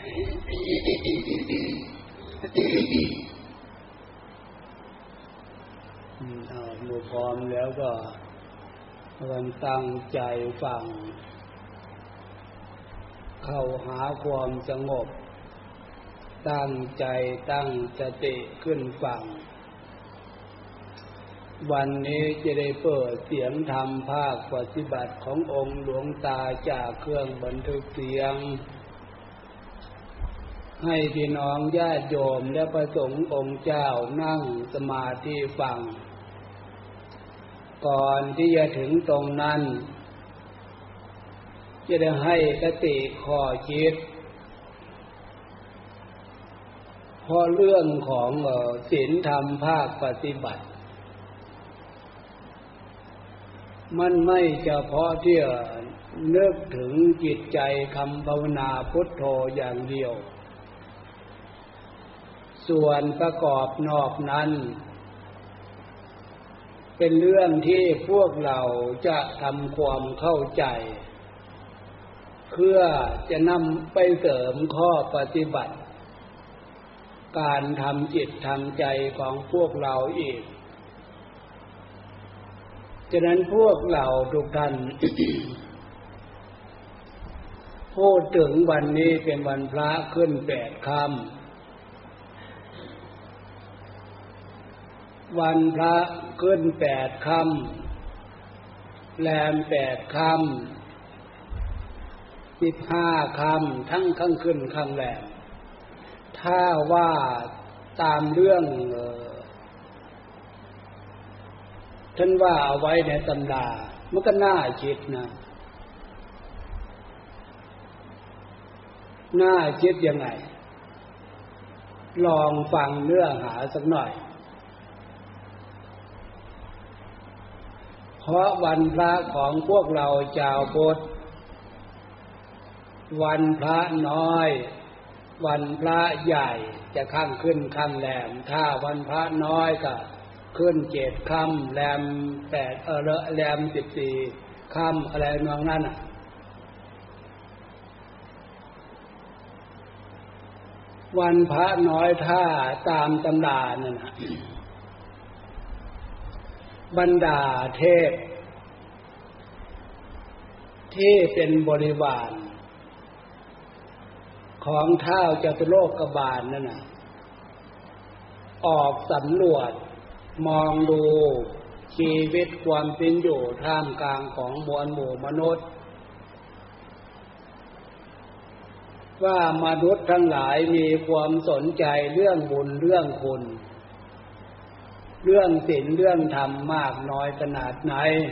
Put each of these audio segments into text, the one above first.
เมื่อพร้อมแล้วก็มันตั้งใจฟังเข้าหาความสงบตั้งใจตั้งสติขึ้นฟังวันนี้จะได้เปิดเสียงธรรมภาคปฏิบัติขององค์หลวงตาจากเครื่องบันทึกเสียงให้พี่น้องญาติโยมและพระสงฆ์องค์เจ้านั่งสมาธิฟังก่อนที่จะถึงตรงนั้นจะได้ให้คติข้อคิดเพราะเรื่องของศีลธรรมภาคปฏิบัติมันไม่เฉพาะที่นึกถึงจิตใจคำภาวนาพุทโธอย่างเดียวส่วนประกอบนอกนั้นเป็นเรื่องที่พวกเราจะทำความเข้าใจเพื่อจะนำไปเสริมข้อปฏิบัติการทำจิตทำใจของพวกเราอีกฉะนั้นพวกเราทุกท่าน พูดถึงวันนี้เป็นวันพระขึ้น8 ค่ำวันพระขึ้น8 ค่ำแรม8 ค่ำ15 ค่ำทั้งข้างขึ้นข้างแรมถ้าว่าตามเรื่องท่านว่าเอาไว้ในตำรามันก็น่าคิดนะน่าคิดยังไงลองฟังเนื้อหาสักหน่อยเพราะวันพระของพวกเราชาวพุทธวันพระน้อยวันพระใหญ่จะข้างขึ้นข้างแรมถ้าวันพระน้อยก็ขึ้น7 ค่ำแรม8แรม14 ค่ำอะไรนองนั้นวันพระน้อยถ้าตามตำรานั่นน่ะบรรดาเทพที่เป็นบริวารของท้าวจตุโลกบาลนั่นน่ะออกสำรวจมองดูชีวิตความเป็นอยู่ท่ามกลางของมวลหมู่มนุษย์ว่ามนุษย์ทั้งหลายมีความสนใจเรื่องบุญเรื่องคุณเรื่องศีลเรื่องธรรมมากน้อยขนาดไหน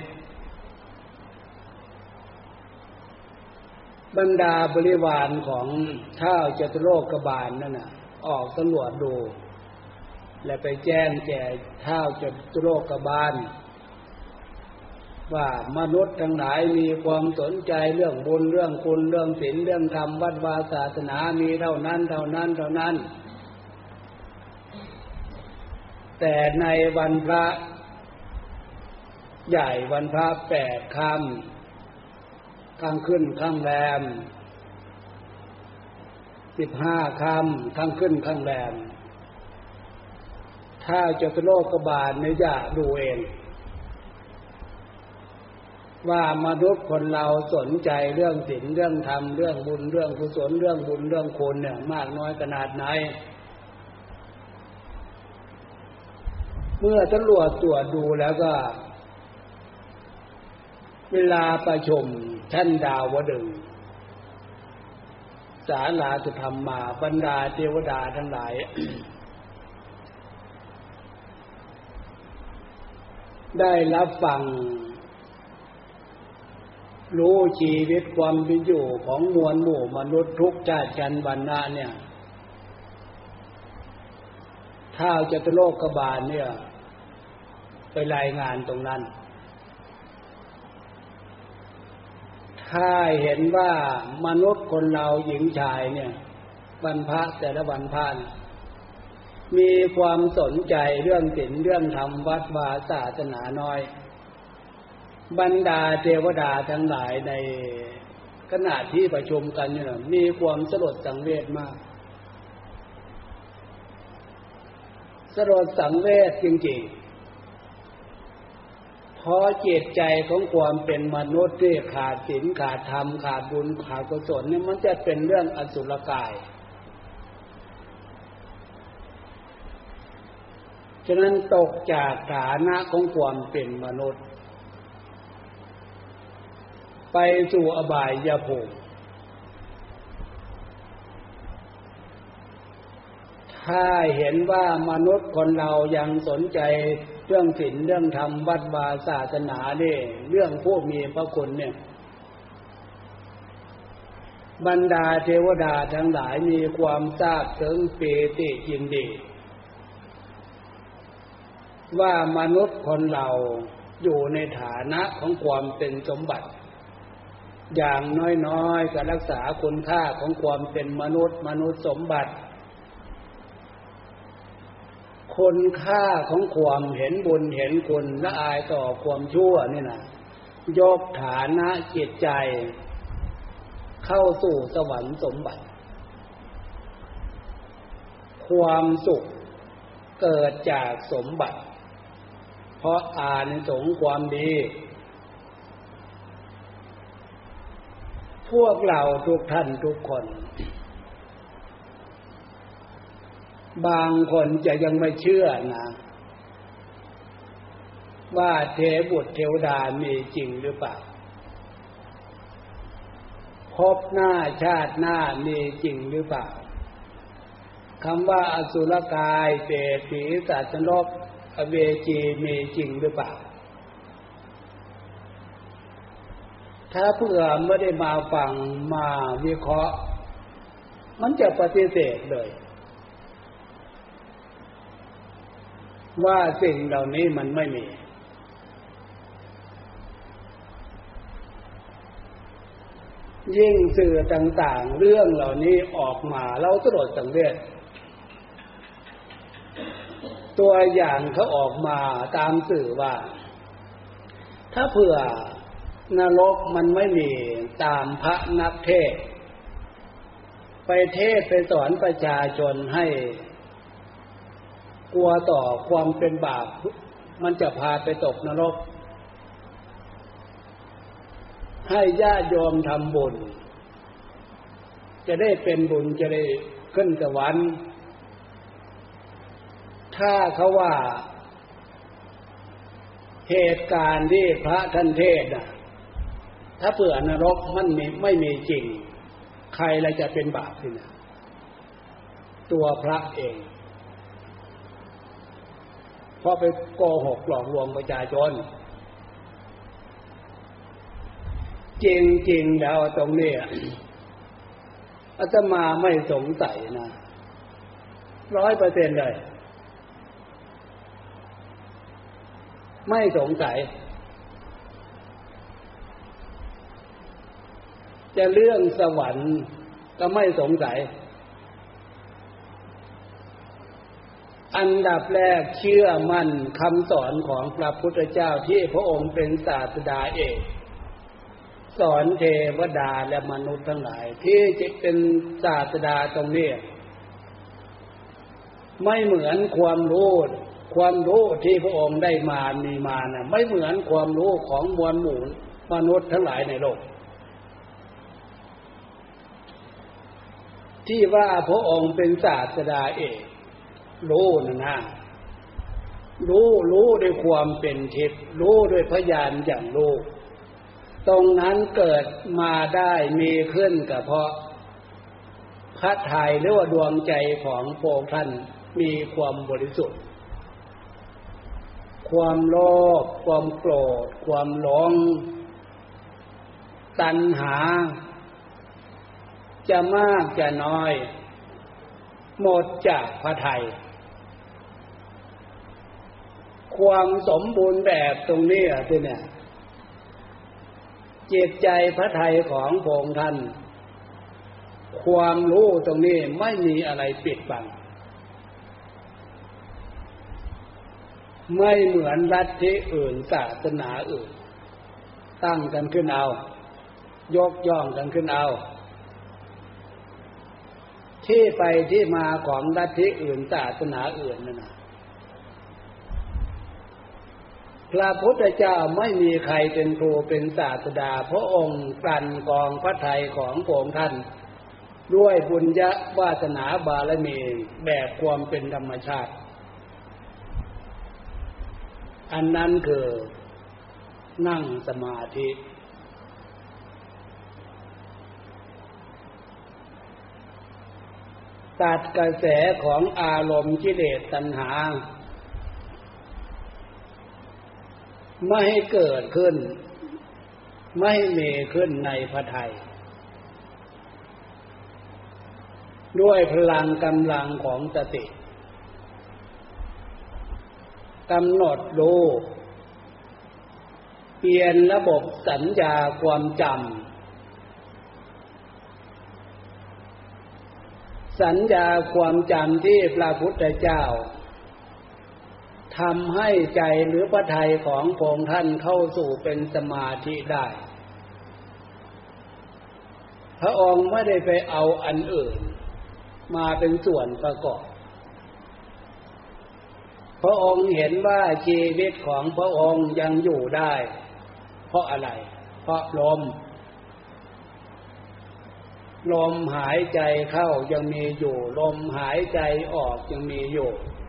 บรรดาบริวารของท้าวจตุโลกบาลนั่นน่ะออกสำรวจดูและไปแจ้งแก่ท้าวจตุโลกบาลว่ามนุษย์ทั้งหลายมีความสนใจเรื่องบุญเรื่องคุณเรื่องศีลเรื่องธรรมวัดวาศาสนามีเท่านั้นแต่ในวันพระใหญ่วันพระ8 ค่ำข้างขึ้นข้างแรม15 ค่ำข้างขึ้นข้างแรมถ้าจตุโลกบาลเนี่ยจะดูเองว่ามนุษย์คนเราสนใจเรื่องศีลเรื่องธรรมเรื่องบุญเรื่องกุศลเรื่องบุญเรื่องคุณเนี่ยมากน้อยขนาดไหนเมื่อตำรวจตรวจดูแล้วก็เวลาประชุมท่านดาวดึงส์ศาลาสุธรรมาบรรดาเทวดาทั้งหลาย ได้รับฟังรู้ชีวิตความเป็นอยู่ของมวลหมู่มนุษย์ทุกชาติชั้นวรรณะเนี่ยท้าวจตุโลกบาลเนี่ยไปรายงานตรงนั้นถ้าเห็นว่ามนุษย์คนเราหญิงชายเนี่ยวันพระแต่ละวันพระมีความสนใจเรื่องศีลเรื่องธรรมวัดวาศาสนาน้อยบรรดาเทวดาทั้งหลายในขณะที่ประชุมกันเนี่ยมีความสลดสังเวชมากสลดสังเวชจริงๆเพราะจิตใจของความเป็นมนุษย์ที่ขาดศีลขาดธรรมขาดบุญขาดกุศลเนี่ยมันจะเป็นเรื่องอสุรกายฉะนั้นตกจากฐานะของความเป็นมนุษย์ไปสู่อบายภูมิถ้าเห็นว่ามนุษย์คนเรายังสนใจเรื่องศีลเรื่องธรรมวัดวาศาสนาเนี่ยเรื่องผู้มีพระคุณเนี่ยบรรดาเทวดาทั้งหลายมีความซาบซึ้งปีติยินดีว่ามนุษย์คนเราอยู่ในฐานะของความเป็นสมบัติอย่างน้อยๆก็รักษาคุณค่าของความเป็นมนุษย์สมบัติคุณค่าของความเห็นบุญเห็นคุณละอายต่อความชั่วนี่นะยกฐานะจิตใจเข้าสู่สวรรค์สมบัติความสุขเกิดจากสมบัติเพราะอานิสงส์ความดีพวกเราทุกท่านทุกคนบางคนจะยังไม่เชื่อนะว่าเทบุตรเทวดามีจริงหรือเปล่าพบหน้าชาติหน้ามีจริงหรือเปล่าคำว่าอสุรกายเปรตผีสัตว์นรกอเวจีมีจริงหรือเปล่าถ้าเพื่อไม่ได้มาฟังมาวิเคราะห์มันจะปฏิเสธเลยว่าสิ่งเหล่านี้มันไม่มียิ่งสื่อต่างๆเรื่องเหล่านี้ออกมาเราตรวจสังเกตตัวอย่างเขาออกมาตามสื่อว่าถ้าเผื่อนรกมันไม่มีตามพระนักเทศน์ไปเทศน์ไปสอนประชาชนให้กลัวต่อความเป็นบาปมันจะพาไปตกนรกให้ญาติโยมทำบุญจะได้เป็นบุญจะได้ขึ้นสวรรค์ถ้าเขาว่าเหตุการณ์ที่พระท่านเทศน์น่ะถ้าเผื่อนรกมันไม่มีจริงใครละจะเป็นบาปสินะตัวพระเองเพราะไปโกหกหลอกลวงประชาชนจริงๆแล้วตรงนี้อาตมาไม่สงสัยนะ 100% เลยไม่สงสัยจะเรื่องสวรรค์ก็ไม่สงสัยอันดับแรกเชื่อมั่นคำสอนของพระพุทธเจ้าที่พระองค์เป็นศาสดาเอกสอนเทวดาและมนุษย์ทั้งหลายที่จะเป็นศาสดาตรงนี้ไม่เหมือนความรู้ที่พระองค์ได้มีมานะไม่เหมือนความรู้ของมวลหมู่มนุษย์ทั้งหลายในโลกที่ว่าพระองค์เป็นศาสดาเอกรู้นะรู้ด้วยความเป็นทิพย์รู้ด้วยพยานอย่างรู้ตรงนั้นเกิดมาได้มีขึ้นก็เพราะพระทัยหรือว่าดวงใจของพระองค์ท่านมีความบริสุทธิ์ความโลภความโกรธความหลงตัณหาจะมากจะน้อยหมดจากพระทัยความสมบูรณ์แบบตรงนี้ที่เนี่ยจิตใจพระทัยของพระองค์ท่านความรู้ตรงนี้ไม่มีอะไรปิดบังไม่เหมือนลัทธิอื่นศาสนาอื่นตั้งกันขึ้นเอายกย่องกันขึ้นเอาที่ไปที่มาของลัทธิอื่นศาสนาอื่นนั่นนะพระพุทธเจ้าไม่มีใครเป็นครูเป็นศาสดาพระองค์กลั่นกรองพระทัยของพระองค์ท่านด้วยบุญญาวาสนาบารมีแบบความเป็นธรรมชาติอันนั้นคือนั่งสมาธิตัดกระแสของอารมณ์กิเลสตัณหาไม่ให้เกิดขึ้นไม่ให้มีขึ้นในพระทัยด้วยพลังกำลังของสติกำหนดรู้เปลี่ยนระบบสัญญาความจำสัญญาความจำที่พระพุทธเจ้าทำให้ใจหรือพระทัยของพระองค์ท่านเข้าสู่เป็นสมาธิได้พระองค์ไม่ได้ไปเอาอันอื่นมาเป็นส่วนประกอบพระองค์เห็นว่าชีวิตของพระองค์ยังอยู่ได้เพราะอะไรเพราะลมหายใจเข้ายังมีอยู่ลมหายใจออกยังมีอยู่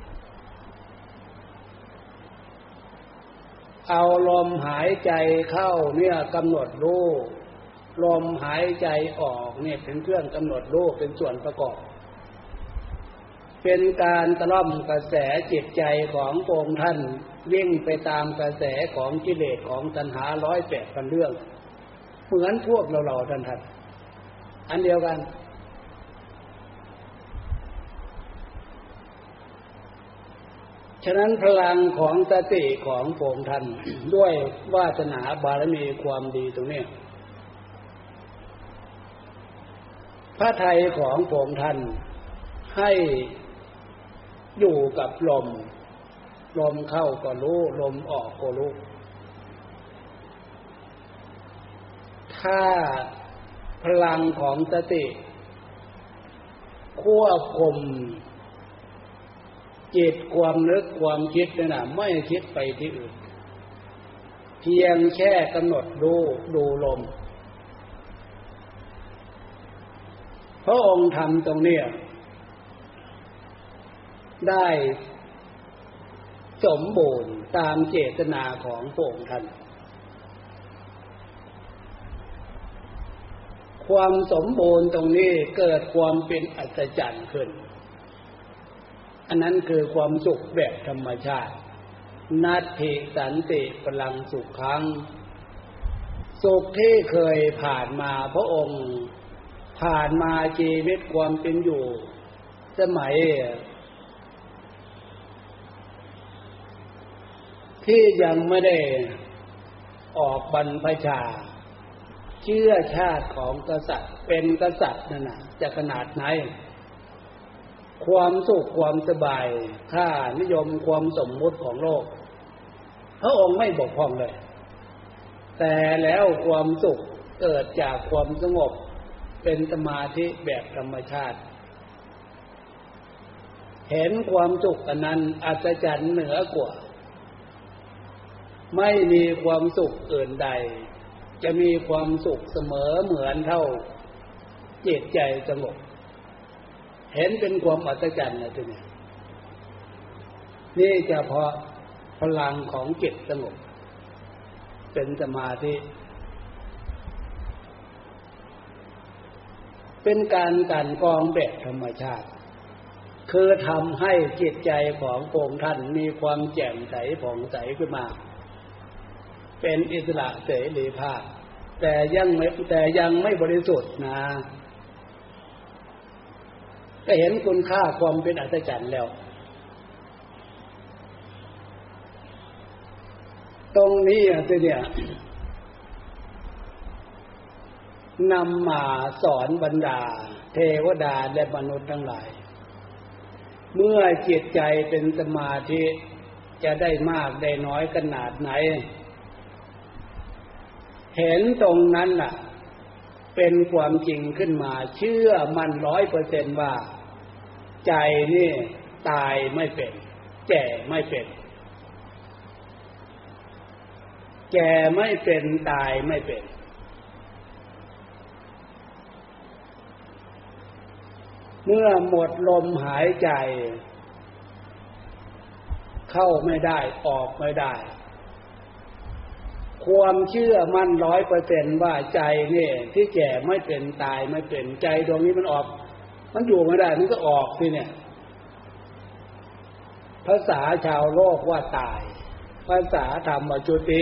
เอาลมหายใจเข้าเนี่ยกำหนดรู้ลมหายใจออกเนี่ยเป็นเครื่องกำหนดรู้เป็นส่วนประกอบเป็นการตะล่อมกระแสจิตใจของพระองค์ท่านวิ่งไปตามกระแสของกิเลสของตัณหา108,000เรื่องเหมือนพวกเราท่านอันเดียวกันฉะนั้นพลังของสติของพระองค์ท่านด้วยวาสนาบารมีความดีตรงนี้พระทัยของพระองค์ท่านให้อยู่กับลมเข้าก็รู้ลมออกก็รู้ถ้าพลังของสติควบคุมจิตความนึกความคิดนั่นน่ะไม่คิดไปที่อื่นเพียงแค่กำหนดดูลมพระองค์ทำตรงนี้ได้สมบูรณ์ตามเจตนาของพระองค์ท่านความสมบูรณ์ตรงนี้เกิดความเป็นอัศจรรย์ขึ้นอันนั้นคือความสุขแบบธรรมชาตินัตถิสันติพลังสุขขังสุขที่เคยผ่านมาพระองค์ผ่านมาชีวิตความเป็นอยู่สมัยที่ยังไม่ได้ออกบรรพชาเชื้อชาติของกษัตริย์เป็นกษัตริย์นั่นน่ะจะขนาดไหนความสุขความสบายค่านิยมความสมมุติของโลกพระองค์ไม่บกพร่องเลยแต่แล้วความสุขเกิดจากความสงบเป็นสมาธิแบบธรรมชาติเห็นความสุขอันนั้นอัศจรรย์เหนือกว่าไม่มีความสุขอื่นใดจะมีความสุขเสมอเหมือนเท่าจิตใจสงบเห็นเป็นความอัศจรรย์นะทีนี้นี่เฉพาะพลังของจิตสงบเป็นสมาธิเป็นการกันกองแบบธรรมชาติคือทำให้จิตใจของพระองค์ท่านมีความแจ่มใสผ่องใสขึ้นมาเป็นอิสระเสรีภาพแต่ยังไม่บริสุทธิ์นะก็เห็นคุณค่าความเป็นอัศจรรย์แล้วตรงนี้เนี่ยนำมาสอนบรรดาเทวดาและมนุษย์ทั้งหลายเมื่อจิตใจเป็นสมาธิจะได้มากได้น้อยขนาดไหนเห็นตรงนั้นล่ะเป็นความจริงขึ้นมาเชื่อมัน100%ว่าใจนี่ตายไม่เป็นแก่ไม่เป็นแก่ไม่เป็นตายไม่เป็นเมื่อหมดลมหายใจเข้าไม่ได้ออกไม่ได้ความเชื่อมั่น100%ว่าใจนี่ที่แก่ไม่เป็นตายไม่เป็นใจดวงนี้มันออกมันอยู่ไม่ได้มันก็ออกสิเนี่ยภาษาชาวโลกว่าตายภาษาธรรมว่าจุติ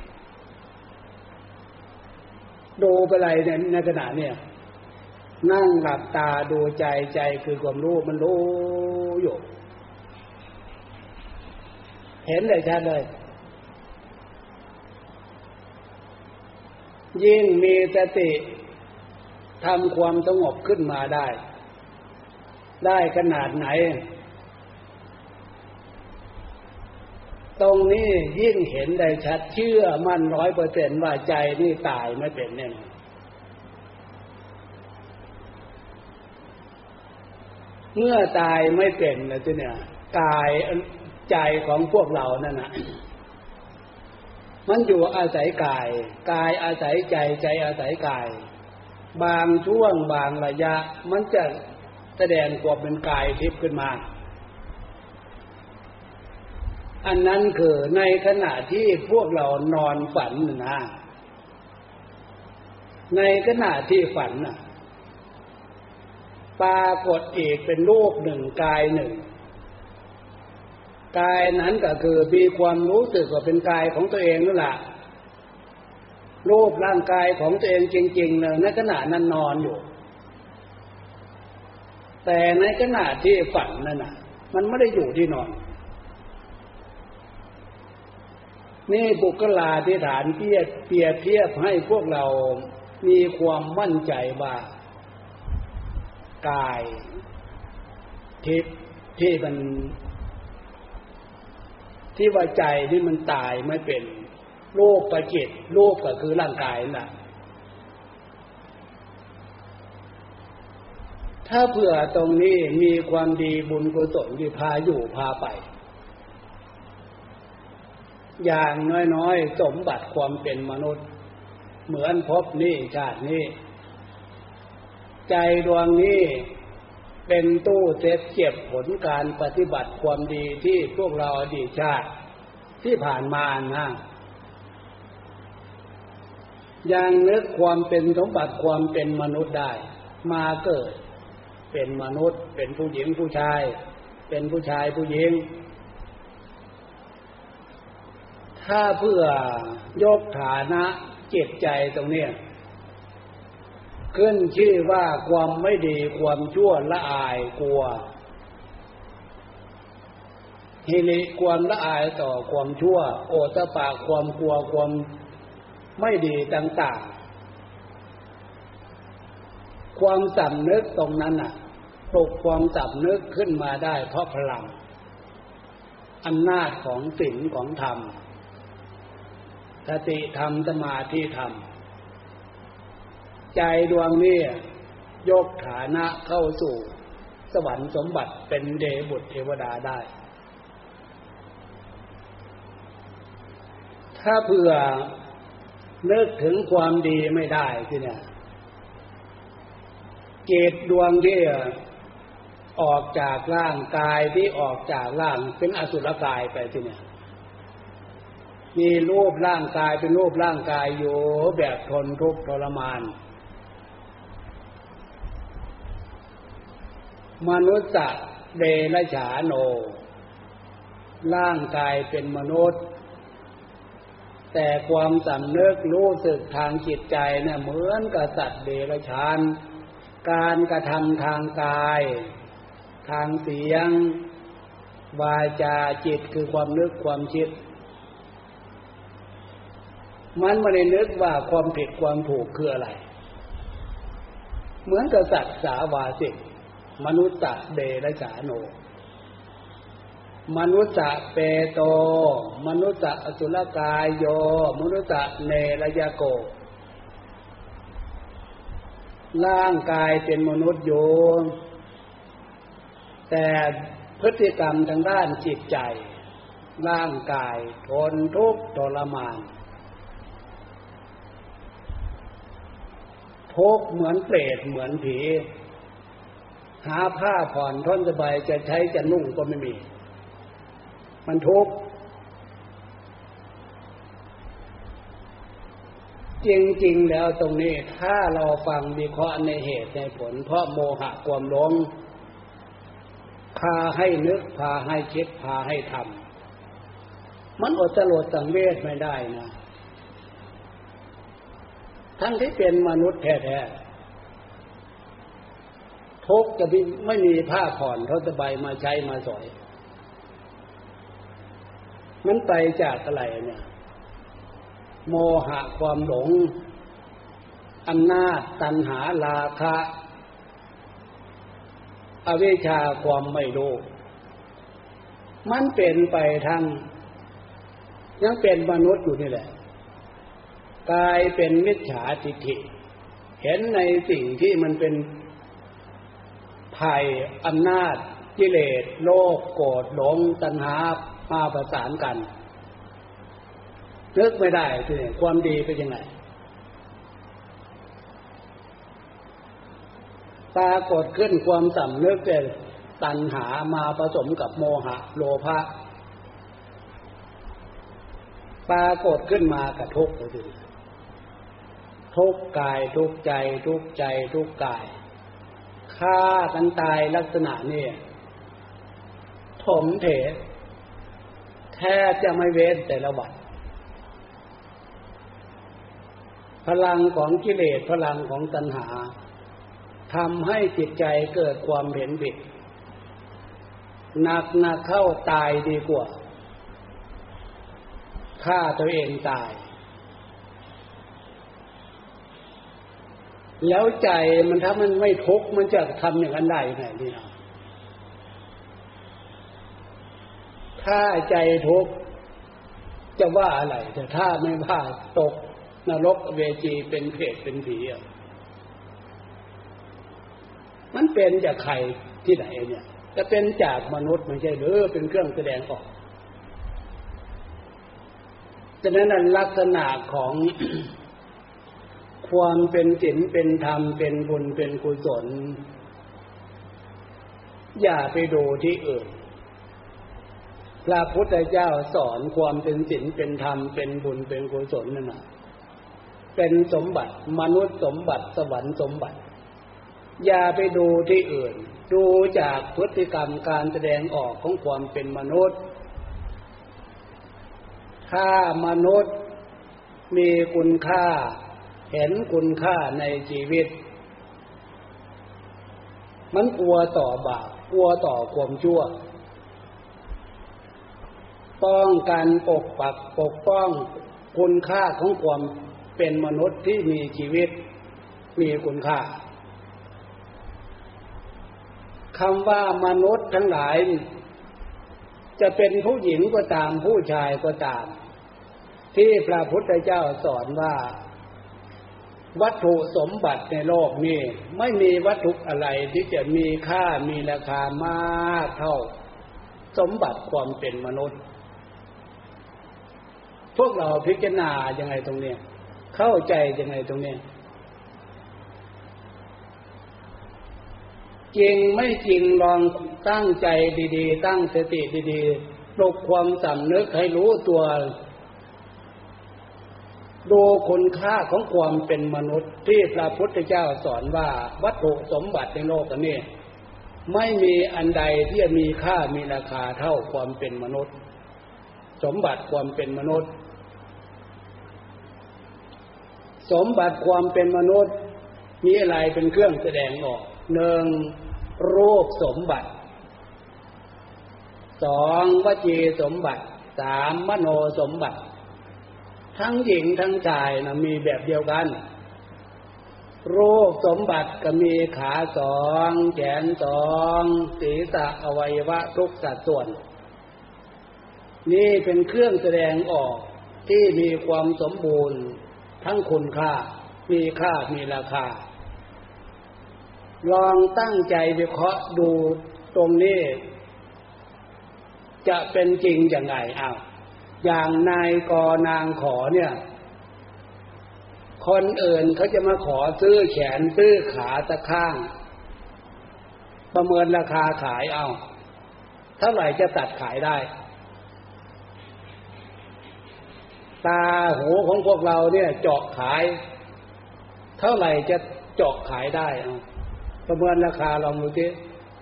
ดูไปอะไรเนี่ยในขณะเนี่ยนั่งหลับตาดูใจใจคือความรู้มันรู้อยู่เห็นได้ชัดเลยยิ่งมีสติทำความสงบขึ้นมาได้ขนาดไหนตรงนี้ยิ่งเห็นได้ชัดเชื่อมั่น100%ว่าใจนี่ตายไม่เป็นแน่นอนเมื่อตายไม่เป็นแล้วทีเนี่ยกายใจของพวกเรานั่นน่ะมันอยู่อาศัยกายอาศัยใจใจอาศัยกายบางช่วงบางระยะมันจะแสดงความเป็นกายทิพย์ขึ้นมาอันนั้นคือในขณะที่พวกเรานอนฝันนะในขณะที่ฝันน่ะปรากฏอีกเป็นรูปหนึ่งกายหนึ่งกายนั้นก็คือมีความรู้สึกว่าเป็นกายของตัวเองนั่นแหละรูปร่างกายของตัวเองจริงๆเลยในขณะนั้นนอนอยู่แต่ในขณะที่ฝันนั่นน่ะมันไม่ได้อยู่ที่นอนนี่บุคลาธิฐานเปรียบเทียบให้พวกเรามีความมั่นใจว่ากายที่มันที่ว่าใจที่มันตายไม่เป็นรูปประจิตรูปก็คือร่างกายนั่นแหละถ้าเผื่อตรงนี้มีความดีบุญกุศลที่พาอยู่พาไปอย่างน้อยๆสมบัติความเป็นมนุษย์เหมือนพบนี้ชาตินี้ใจดวงนี้เป็นตู้เซฟเก็บผลการปฏิบัติความดีที่พวกเราอดีตชาติที่ผ่านมานะยังนึกความเป็นสมบัติความเป็นมนุษย์ได้มาเกิดเป็นมนุษย์เป็นผู้หญิงผู้ชายเป็นผู้ชายผู้หญิงถ้าเพื่อยกฐานะจิตใจตรงนี้ขึ้นชื่อว่าความไม่ดีความชั่วละอายกลัวฮิริความละอายต่อความชั่วโอตปะความกลัวความไม่ดีต่างๆความสำนึกตรงนั้นน่ะปลุกความสำนึกขึ้นมาได้เพราะพลังอำนาจของศีลของธรรมสติธรรมสมาธิธรรมใจดวงนี้ยกฐานะเข้าสู่สวรรค์สมบัติเป็นเดชบุตรเทวดาได้ถ้าเผื่อนึกถึงความดีไม่ได้ทีเนี่ยจิตดวงที่ออกจากร่างกายที่ออกจากร่างเป็นอสุรกายไปทีเนี่ยมีรูปร่างกายเป็นรูปร่างกายอยู่แบบทนทุกข์ทรมานมนุษย์เดรัจฉานโนร่างกายเป็นมนุษย์แต่ความสำนึกรู้สึกทางจิตใจเนี่ยเหมือนกับสัตว์เดรัจฉานการกระทำทางกายทางเสียงวาจาจิตคือความนึกความคิดมันไม่ได้นึกว่าความผิดความถูกคืออะไรเหมือนกับสัตว์สาวาสิกมนุษย์เดรัจฉานโนมนุษย์เปโตมนุษย์อสุรกายโยมนุษย์เนรยโกร่างกายเป็นมนุษย์อยู่แต่พฤติกรรมทางด้านจิตใจร่างกายทนทุกข์ทรมานทุกข์เหมือนเปรตเหมือนผีหาผ้าผ่อนท่อนสบายจะใช้จะนุ่งก็ไม่มีมันทุกข์จริงๆแล้วตรงนี้ถ้าเราฟังวิเคราะห์ในเหตุในผลเพราะโมหะความหลงพาให้นึกพาให้คิดพาให้ทำมันอดสลดสังเวชไม่ได้นะทั้งที่เป็นมนุษย์แท้ๆทุกข์จะไม่มีผ้าผ่อนท่อนสบายมาใช้มาสอยมันไปจากอะไรเนี่ยโมหะความหลงอำนาจตัณหาราคะอวิชชาความไม่รู้มันเป็นไปทั้งยังเป็นมนุษย์อยู่นี่แหละกลายเป็นมิจฉาทิฏฐิเห็นในสิ่งที่มันเป็นภัยอำนาจกิเลสโลภโกรธหลงตัณหามาประสานกันนึกไม่ได้สิความดีเป็นยังไงปรากฏขึ้นความสำนึกเป็นตัณหามาผสมกับโมหะโลภะปรากฏขึ้นมากับทุกข์ทุกข์กายทุกข์ใจทุกข์ใจทุกข์กายฆ่ากันตายลักษณะนี้ถมเถแทบจะไม่เว้นแต่ละวันพลังของกิเลสพลังของตัณหาทำให้จิตใจเกิดความเห็นผิดหนักเข้าตายดีกว่าฆ่าตัวเองตายแล้วใจมันถ้ามันไม่ทุกข์มันจะทำอย่างนั้นได้ยังไงนี่นะถ้าใจทุกข์จะว่าอะไรแต่ถ้าไม่ว่าตกนรกเวจีเป็นเปรตเป็นผีมันเป็นจากใครที่ไหนเนี่ยจะเป็นจากมนุษย์ไม่ใช่หรือเป็นเครื่องแสดงออกฉะนั้นลักษณะของ ความเป็นศีลเป็นธรรมเป็นบุญเป็นกุศลอย่าไปดูที่อื่นพระพุทธเจ้าสอนความเป็นศีลเป็นธรรมเป็นบุญเป็นกุศลนั่นน่ะเป็นสมบัติมนุษย์สมบัติสวรรค์สมบัติอย่าไปดูที่อื่นดูจากพฤติกรรมการแสดงออกของความเป็นมนุษย์ถ้ามนุษย์มีคุณค่าเห็นคุณค่าในชีวิตมันกลัวต่อบาปกลัวต่อความชั่วป้องกันปกป้องคุณค่าของความเป็นมนุษย์ที่มีชีวิตมีคุณค่าคำว่ามนุษย์ทั้งหลายจะเป็นผู้หญิงก็ตามผู้ชายก็ตามที่พระพุทธเจ้าสอนว่าวัตถุสมบัติในโลกนี้ไม่มีวัตถุอะไรที่จะมีค่ามีราคามากเท่าสมบัติความเป็นมนุษย์พวกเราพิจารณายังไงตรงนี้เข้าใจยังไงตรงนี้จริงไม่จริงลองตั้งใจดีๆตั้งสติดีๆปลุกความสำนึกให้รู้ตัวดูคุณค่าของความเป็นมนุษย์ที่พระพุทธเจ้าสอนว่าวัตถุสมบัติในโลกนี้ไม่มีอันใดที่จะมีค่ามีราคาเท่าความเป็นมนุษย์สมบัติความเป็นมนุษย์สมบัติความเป็นมนุษย์มีอะไรเป็นเครื่องแสดงออกหนึ่งรูปสมบัติสองวจีสมบัติสามมโนสมบัติทั้งหญิงทั้งชายนะมีแบบเดียวกันรูปสมบัติก็มีขาสองแขนสองศีรษะอวัยวะทุกสัดส่วนนี่เป็นเครื่องแสดงออกที่มีความสมบูรณ์ทั้งคุณค่ามีค่ามีราคาลองตั้งใจวิเคราะห์ดูตรงนี้จะเป็นจริงอย่างไรอย่างนายกนางขอเนี่ยคนอื่นเขาจะมาขอซื้อแขนซื้อขาตะข้างประเมินราคาขายเท่าไหร่จะตัดขายได้ตาหูของพวกเราเนี่ยเจาะขายเท่าไหร่จะเจาะขายได้ประเมินราคาลองดูสิ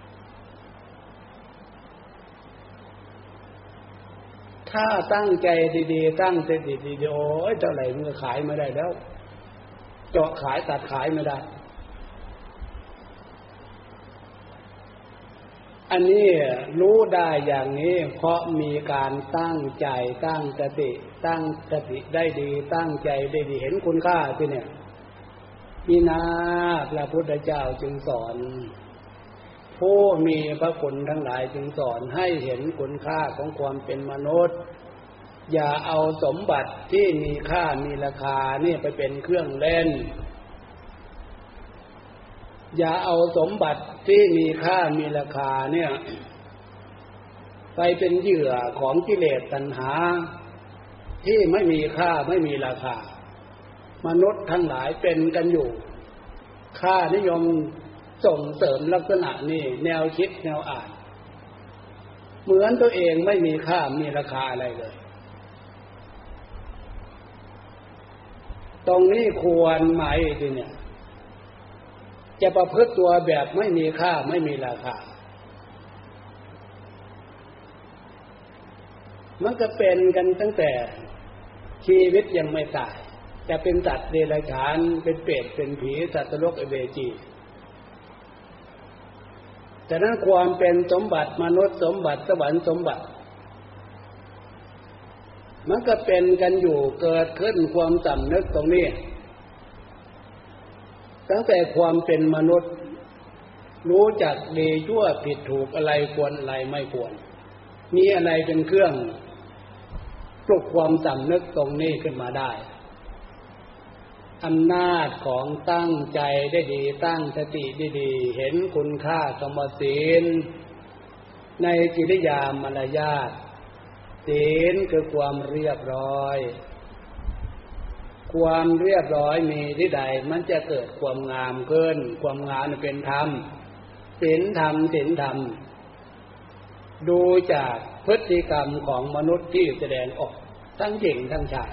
ถ้าตั้งใจดีๆตั้งใจดีๆโอ้ยเท่าไหร่มันขายไม่ได้แล้วเจาะขายตัดขายไม่ได้อันนี้รู้ได้อย่างนี้เพราะมีการตั้งใจตั้งสติได้ดีตั้งใจได้ดีเห็นคุณค่าที่เนี่ยนี่นะพระพุทธเจ้าจึงสอนผู้มีพระคุณทั้งหลายจึงสอนให้เห็นคุณค่าของความเป็นมนุษย์อย่าเอาสมบัติที่มีค่ามีราคานี่ไปเป็นเครื่องเล่นอย่าเอาสมบัติที่มีค่ามีราคาเนี่ยไปเป็นเหยื่อของกิเลสตัณหาที่ไม่มีค่าไม่มีราคามนุษย์ทั้งหลายเป็นกันอยู่ค่านิยมส่งเสริมลักษณะนี้แนวคิดแนวอ่านเหมือนตัวเองไม่มีค่ามีราคาอะไรเลยตรงนี้ควรไหมทีเนี่ยจะประพฤติตัวแบบไม่มีค่าไม่มีราคามันก็เป็นกันตั้งแต่ชีวิตยังไม่ตายจะเป็นสัตว์เดรัจฉานเป็นเปรตเป็นผีสัตว์นรกอเวจีฉะนั้นความเป็นสมบัติมนุษย์สมบัติสวรรค์สมบัติมันก็เป็นกันอยู่เกิดขึ้นความสำนึกตรงนี้ตั้งแต่ความเป็นมนุษย์รู้จักดีชั่วผิดถูกอะไรควรอะไรไม่ควรมีอะไรเป็นเครื่องปลุกความสำนึกตรงนี้ขึ้นมาได้อำนาจของตั้งใจได้ดีตั้งสติได้ดีเห็นคุณค่ากรรมศีลในกิริยามารยาทศีลคือความเรียบร้อยความเรียบร้อยมีที่ใดมันจะเกิดความงามขึ้นความงามเป็นธรรมศีลธรรมศีลธรรมดูจากพฤติกรรมของมนุษย์ที่แสดงออกทั้งหญิงทั้งชาย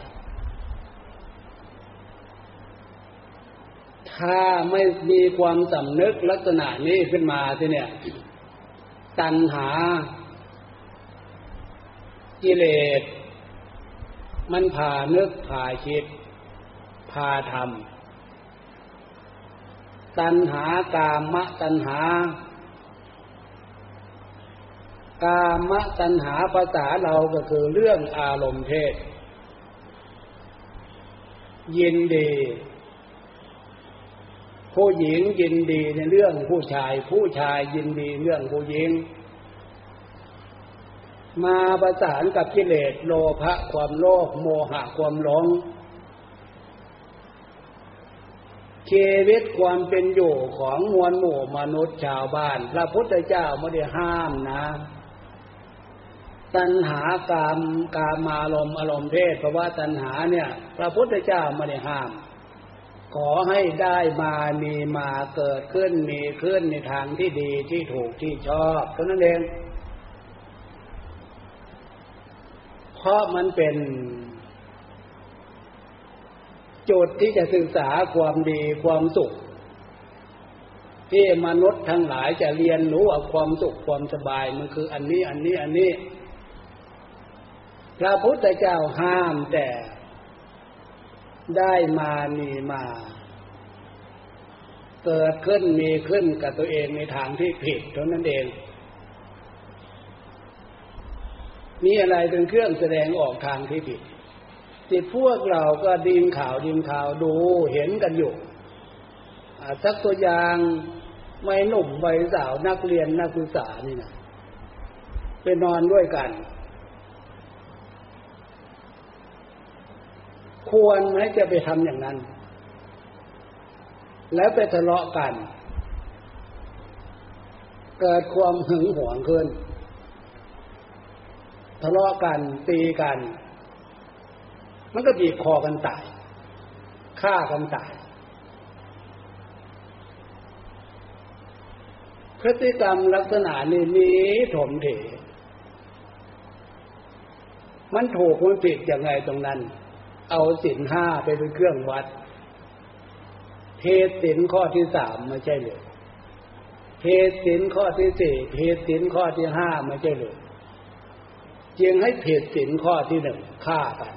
ถ้าไม่มีความสำนึกลักษณะนี้ขึ้นมาทีเนี่ยตัณหากิเลสมันพานึกพาคิดพาทำตัณหากามตัณหภาษาเราก็คือเรื่องอารมณ์เพศยินดีผู้หญิงยินดีในเรื่องผู้ชายผู้ชายยินดีเรื่องผู้หญิงมาประสานกับกิเลสโลภะความโลภโมหะความหลงชีวิตความเป็นอยู่ของมวลหมู่มนุษย์ชาวบ้านพระพุทธเจ้าไม่ได้ห้ามนะตัณหากามารมณ์อารมณ์เพศเพราะว่าตัณหาเนี่ยพระพุทธเจ้าไม่ได้ห้ามขอให้ได้มามีมาเกิดขึ้นมีขึ้นในทางที่ดีที่ถูกที่ชอบเท่านั้นเองเพราะมันเป็นจุดที่จะศึกษาความดีความสุขที่มนุษย์ทั้งหลายจะเรียนรู้ว่าความสุขความสบายมันคืออันนี้พระพุทธเจ้าห้ามแต่ได้มามีมาเกิดขึ้นมีขึ้นกับตัวเองในทางที่ผิดเท่านั้นเองมีอะไรเป็นเครื่องแสดงออกทางที่ผิดที่พวกเราก็ดินข่าวดูเห็นกันอยู่สักตัวอย่างวัยหนุ่มวัยสาวนักเรียนนักศึกษานี่นะไปนอนด้วยกันควรไหมจะไปทำอย่างนั้นแล้วไปทะเลาะกันเกิดความหึงหวงขึ้นทะเลาะกันตีกันมันก็บีบคอกันตายฆ่ากันตายพฤติกรรมลักษณะนี้มีถมเถมันถูกมันผิดยังไงตรงนั้นเอาศีลห้าไปเป็นเครื่องวัดเทศศีลข้อที่3ไม่ใช่หรือเทศศีลข้อที่4เทศศีลข้อที่5ไม่ใช่หรือจึงให้ผิดศีลข้อที่1ฆ่ากัน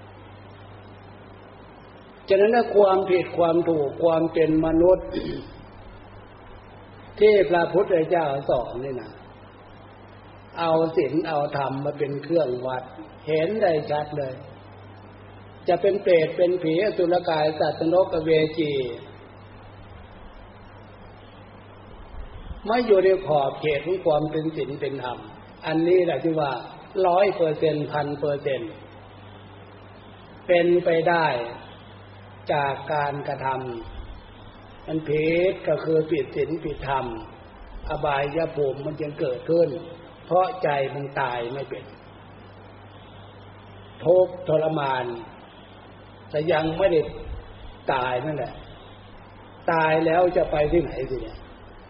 ฉะนั้นความผิดความถูกความเป็นมนุษย์ ที่พระพุทธเจ้าสอนนี่นะเอาศีลเอาธรรมมาเป็นเครื่องวัดเห็นได้ชัดเลยจะเป็นเปรตเป็นผีอสุรกายสัตว์นรกอเวจีไม่อยู่ในขอบเขตของความเป็นศีลเป็นธรรมอันนี้แหละที่ว่า 100% 1,000% เป็นไปได้จากการกระทำมันผิดก็คือผิดศีลผิดธรรมอบายภูมิมันจึงเกิดขึ้นเพราะใจมันตายไม่เป็นทุกข์ทรมานแต่ยังไม่ได้ตายนั่นแหละตายแล้วจะไปที่ไหนสิเนี่ย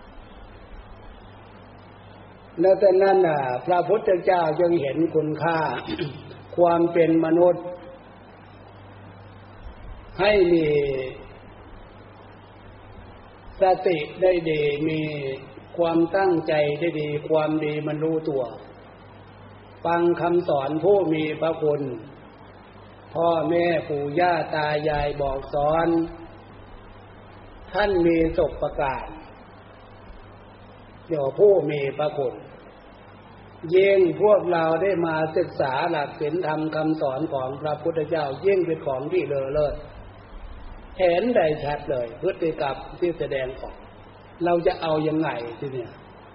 แล้วแต่นั้นน่ะพระพุทธเจ้าจึงเห็นคุณค่า ความเป็นมนุษย์ให้มีสติได้ดีมีความตั้งใจได้ดีความดีมันรู้ตัวฟังคำสอนผู้มีพระคุณพ่อแม่ปู่ย่าตายายบอกสอนท่านมีศพประกาศเดี๋ยวผู้มีพระคุณยิ่งพวกเราได้มาศึกษาหลักศีลธรรมคำสอนของพระพุทธเจ้ายิ่งเป็นของที่เลอเลิศเห็นได้ชัดเลยพฤติกรรมที่แสดงออกเราจะเอายังไงทีเนี่ย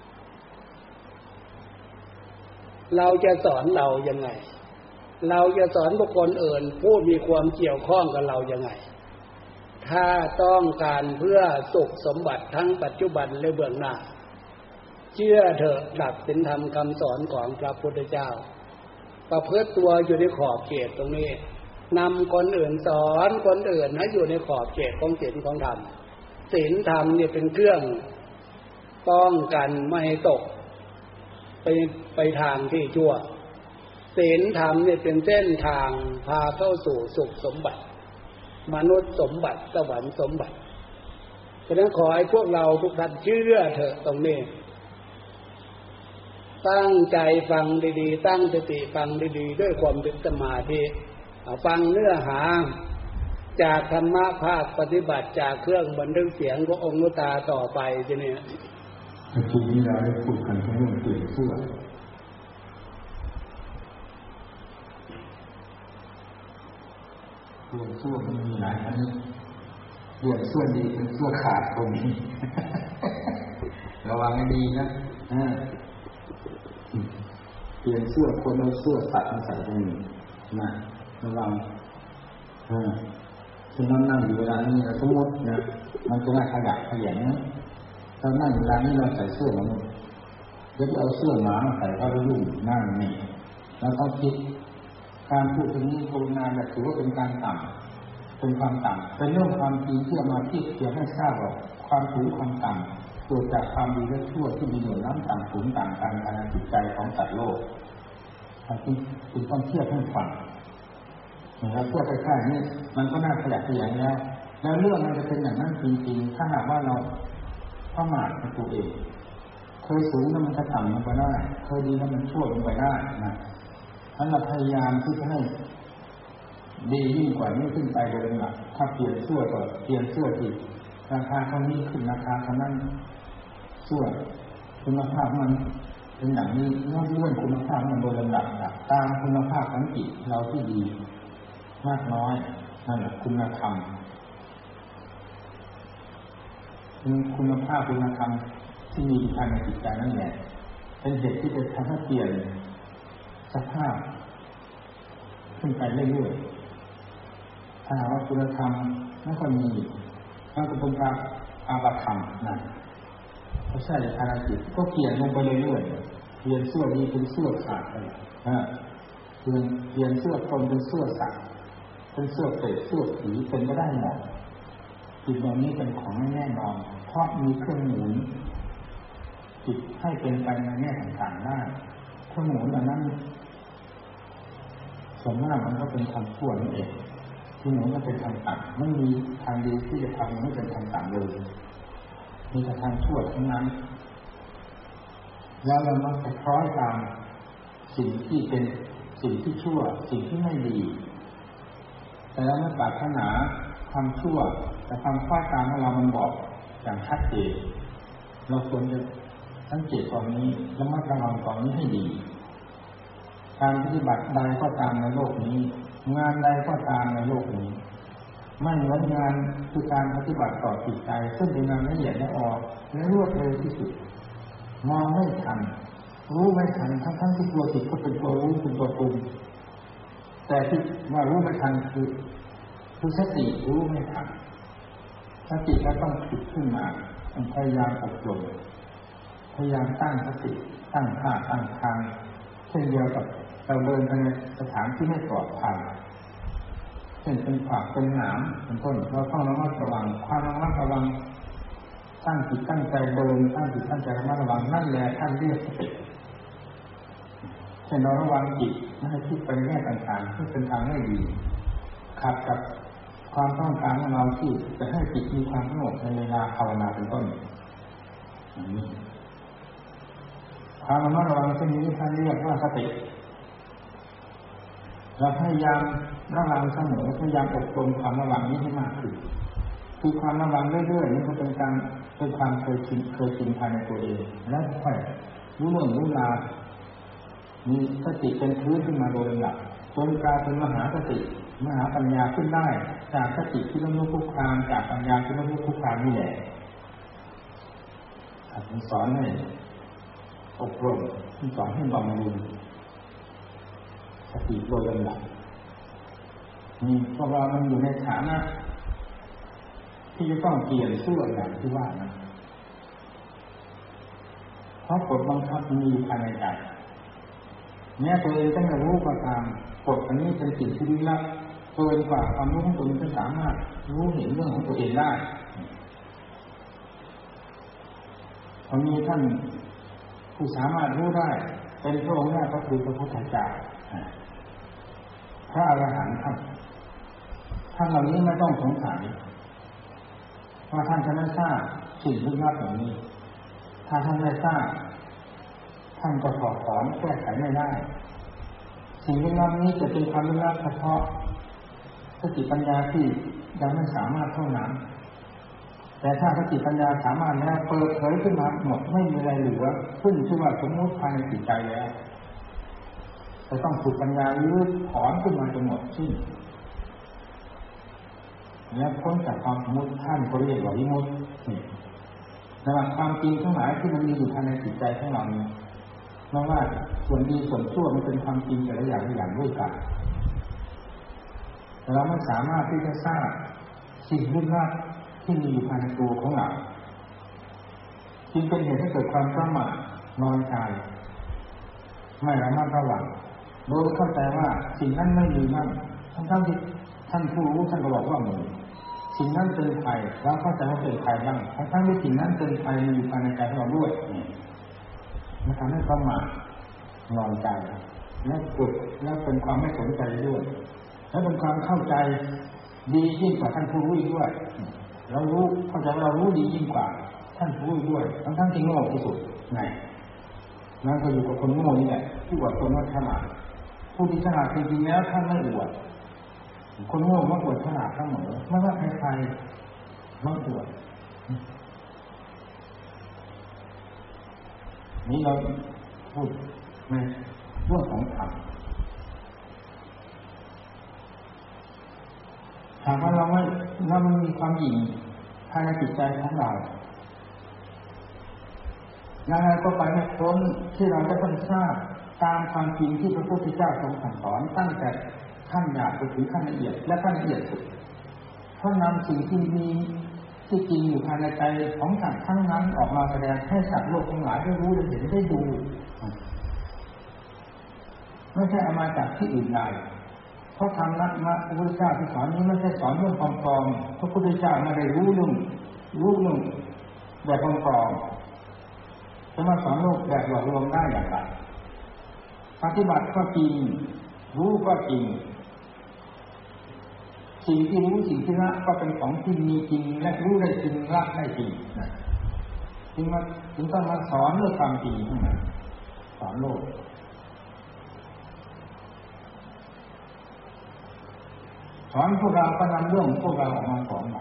เราจะสอนเรายังไงเราจะสอนบุคคลอื่นผู้มีความเกี่ยวข้องกับเรายังไงถ้าต้องการเพื่อสุขสมบัติทั้งปัจจุบันและเบื้องหน้าเชื่อเถอะหลักศีลธรรมคำสอนของพระพุทธเจ้าประพฤติตัวอยู่ในขอบเขตตรงนี้นำคนอื่นสอนคนอื่นให้อยู่ในขอบเขตของศีลของธรรมศีลธรรมเนี่ยเป็นเครื่องป้องกันไม่ให้ตกไปทางที่ชั่วศีลธรรมเนี่ยเป็นเส้นทางพาเข้าสู่สุขสมบัติมนุษย์สมบัติสวรรค์สมบัติฉะนั้นขอให้พวกเราทุกท่านเชื่อเถอะตรงนี้ตั้งใจฟังดีๆตั้งสติฟังดีๆด้วยความเป็นสมาธิฟังเนื้อหาจากธรรมะภาคปฏิบัติจากเครื่องบันทึกเสียงขององค์หลวงตาต่อไปทีนี้ทีนี้เราได้พูดกันเรื่องเปลี่ยนเสื้อมันมีหลายอันนี้เปลี่ยนเสื้อดีเป็นเสื้อขาดตรงนี้ระวังให้ดีนะเปลี่ยนเสื้อคนเอาเสื้อตัดมาใส่ตรงนี้นะระวังคุณนั่งอยู่เวลานี้สมมตินะมันจะน่าขยับขยันนะถ้านั่งเวลานี้เราใส่เสื้อมันจะเอาเสื้อหมาใส่เข้าไปยุ่งนั่งนี่แล้วก็คิดการพูดตรงนี้กรุณาแบบถือว่าเป็นการต่ำเป็นความต่ำเป็นเรื่องความจริงที่มาที่เกี่ยวให้ทราบว่าความสูงความต่ำเกิดจากความดีและชั่วที่มีหน่วยน้ำต่ำสูงต่างกันภายในจิตใจของสัตว์โลกจึงต้องเทียบให้ฟังแล้วพวกใกล้ๆนี่มันก็น่าขยับขยายแล้วเรื่องมันจะเป็นอย่างนั้นจริงๆถ้าหากว่าเราประมาทในตัวเองเคยสูงแล้วมันจะต่ำลงไปได้เคยดีแล้วมันชั่วลงไปได้นะถ้าเราพยายามที่จะให้ดียิ่งกว่านี้ขึ้นไปโดยลำดับถ้าเปลี่ยนเสื้อก็เปลี่ยนเสื้อที่ราคาเท่านี้ขึ้นราคาเท่านั้นเสื้อคุณภาพมันเป็นอย่างนี้เลื่อนคุณภาพมันโดยลำดับตามคุณภาพของจิตเราที่ดีมากน้อยนั่นแหละคุณธรรมคุณภาพคุณธรรมที่มีภายในจิตใจนั่นแหละเป็นเหตุที่จะทำให้เปลี่ยนสภาพขึ้นไปเรื่อยๆถ้าหากว่าคุณธรรมไม่ค่อยมีมันก็เป็นการอาบัติธรรมนั่นไม่ใช่ภารกิจก็เปลี่ยนลงไปเรื่อยๆเปลี่ยนเสื้อดีเป็นเสื้อขาดไปเปลี่ยนเสื้อคนเป็นเสื้อสัตว์เป็นเสื้อเป็ดเสื้อผีเป็นก็ได้หมดจิตแบบนี้เป็นของไม่แน่นอนเพราะมีเครื่องหมุนจิตให้เป็นไปในแง่ต่างๆได้เครื่องหมุนอันนั้นส่วนมากมันก็เป็นทางชั่วนั่นเองที่หมุนก็เป็นทางต่ำไม่มีทางดีที่จะทำให้เป็นทางต่ำเลยมีแต่ทางชั่วทั้งนั้นแล้วเรามักจะคล้อยตามสิ่งที่เป็นสิ่งที่ชั่วสิ่งที่ไม่ดีแต่เราไม่ปรารถนาความชั่วแต่ความคล้อยตามของเรามันบอกอย่างชัดเจนเราควรจะสังเกตตอนนี้ระมัดระวังตอนนี้ให้ดีการปฏิบัติใดก็ตามในโลกนี้งานใดก็ตามในโลกนี้ไม่เหมือนงานคือการปฏิบัติต่อจิตใจซึ่งเป็นงานละเอียดละออและรวดเร็วที่สุดมองไม่ทันรู้ไม่ทันทั้งที่ตัวจิตก็เป็นตัวรู้เป็นตัวปรุงแต่ที่ว่ารู้ไม่ทันคือสติรู้ไม่ทันสติก็ต้องฝึกขึ้นมาต้องพยายามอบรมพยายามตั้งสติตั้งท่าตั้งทางเช่นเดียวกับเราเดินไปในสถานที่ไม่ปลอดภัยเช่นเป็นขวากเป็นหนามเป็นต้นเราต้องระมัดระวังความระมัดระวังตั้งจิตตั้งใจเดินตั้งจิตตั้งใจระมัดระวังนั่นแหละท่านเรียกสติเช่นเราระวังจิตไม่ให้คิดไปแง่ต่างๆที่เป็นทางไม่ดีขัดกับความต้องการของเราที่จะให้จิตมีความสงบในเวลาภาวนาเป็นต้นอย่างนี้ความระมัดระวังเช่นนี้ท่านเรียกว่าสติเราพยายามระวังเสมอพยายามอบรมความระวังนี้ให้มากขึ้นคือความระวังเรื่อยๆนี่ก็เป็นความเคยชินภายในตัวเองและค่อยรู้เรื่องรู้ราวมีสติเป็นพื้นขึ้นมาโดยลำดับจนกลายเป็นมหาสติมหาปัญญาขึ้นได้จากสติที่ล้มลุกคลุกคลานจากปัญญาที่ล้มลุกคลุกคลานนี่แหละท่านสอนให้อบรมท่านสอนให้บำรุงสติโดยลำดับนี่พวกเรามันอยู่ในฐานะที่จะต้องเปลี่ยนเสื้ออย่างที่ว่านะเพราะกฎบังคับมีภายในใจแม้ตัวเองจะไม่รู้ก็ตามกฎอันนี้เป็นสิ่งที่ลึกลับเกินกว่าความรู้ของตนจะสามารถรู้เห็นเรื่องของตัวเองได้ตอนนี้ท่านผู้สามารถรู้ได้เป็นพระองค์แรกก็คือพระพุทธเจ้าพระอรหันต์ท่านเหล่านี้ไม่ต้องสงสัยว่าท่านจะไม่ทราบสิ่งลึกลับเหล่านี้ถ้าท่านไม่ทราบท่านก็ถอดถอนแก้ไขไม่ได้สิ่งลึกลับนี้จะเป็นความลึกลับเฉพาะสติปัญญาที่ยังไม่สามารถเท่านั้นแต่ถ้าสติปัญญาสามารถแล้วเปิดเผยขึ้นมาหมดไม่มีอะไรเหลือขึ้นชื่อว่าสมมุติภายในจิตใจแล้วจะต้องฝึกปัญญาลื้อถอนขึ้นมาจนหมดสิ้นและพ้นจากความสมมุติท่านก็เรียกว่าวิมุตตินี่ระหว่างความจริงทั้งหลายที่มันมีอยู่ภายในจิตใจของเราเนี่ยไม่ว่าส่วนดีส่วนชั่วมันเป็นความจริงแต่ละอย่างด้วยกันแต่เราไม่สามารถที่จะทราบสิ่งลึกลับที่มีอยู่ภายในตัวของเราจึงเป็นเหตุให้เกิดความประมาทน้อยใจไม่ระมัดระวังโดยเข้าใจว่าสิ่งนั้นไม่มีนั่นทั้งที่ท่านผู้รู้ท่านก็บอกว่ามีสิ่งนั้นเป็นภัยแล้วเข้าใจว่าเป็นภัยบ้างทั้งที่สิ่งนั้นเป็นภัยมีอยู่ภายในใจของเราด้วยมันทำให้ประมาทนอนใจและเกิดแล้วเป็นความไม่สนใจด้วยและเป็นความเข้าใจดียิ่งกว่าท่านผู้รู้ด้วยเรารู้เข้าใจว่าเรารู้ดียิ่งกว่าท่านผู้รู้ด้วยทั้งที่โง่ที่สุดไงนั่นก็อยู่กับคนโง่นี่แหละที่อวดตนว่าฉลาดผู้ที่ฉลาดจริงๆแล้วท่านไม่อวดคนโง่มักอวดฉลาดเสมอไม่ว่าใครๆมักอวดนี่เราพูดในเรื่องของธรรมหากว่าเราไม่มีความหยิ่งภายในจิตใจของเรายังไงก็ไปไม่พ้นที่เราจะต้องทราบตามความจริงที่พระพุทธเจ้าทรงสั่งสอนตั้งแต่ขั้นหยาบไปถึงขั้นละเอียดและขั้นละเอียดสุดเพราะนำสิ่งที่มีที่จริงอยู่ภายในใจของสัตว์ทั้งนั้นออกมาแสดงให้สัตว์โลกทั้งหลายได้รู้ได้เห็นได้ดูไม่ใช่เอามาจากที่อื่นใดเพราะธรรมะพระพุทธเจ้าที่สอนนี้ไม่ใช่สอนเรื่องปลอมๆพระพุทธเจ้าไม่ได้รู้เรื่องแบบปลอมๆจะมาสอนโลกแบบหลอกลวงได้อย่างไรปฏิบัติก็จริงรู้ก็จริงสิ่งที่รู้สิ่งที่ละก็เป็นของที่มีจริงและรู้ได้จริงละได้จริงนะจึงต้องมาสอนเรื่องความจริงทั้งนั้นสอนโลกสอนพวกเราก็นำเรื่องพวกเราออกมาสอนใหม่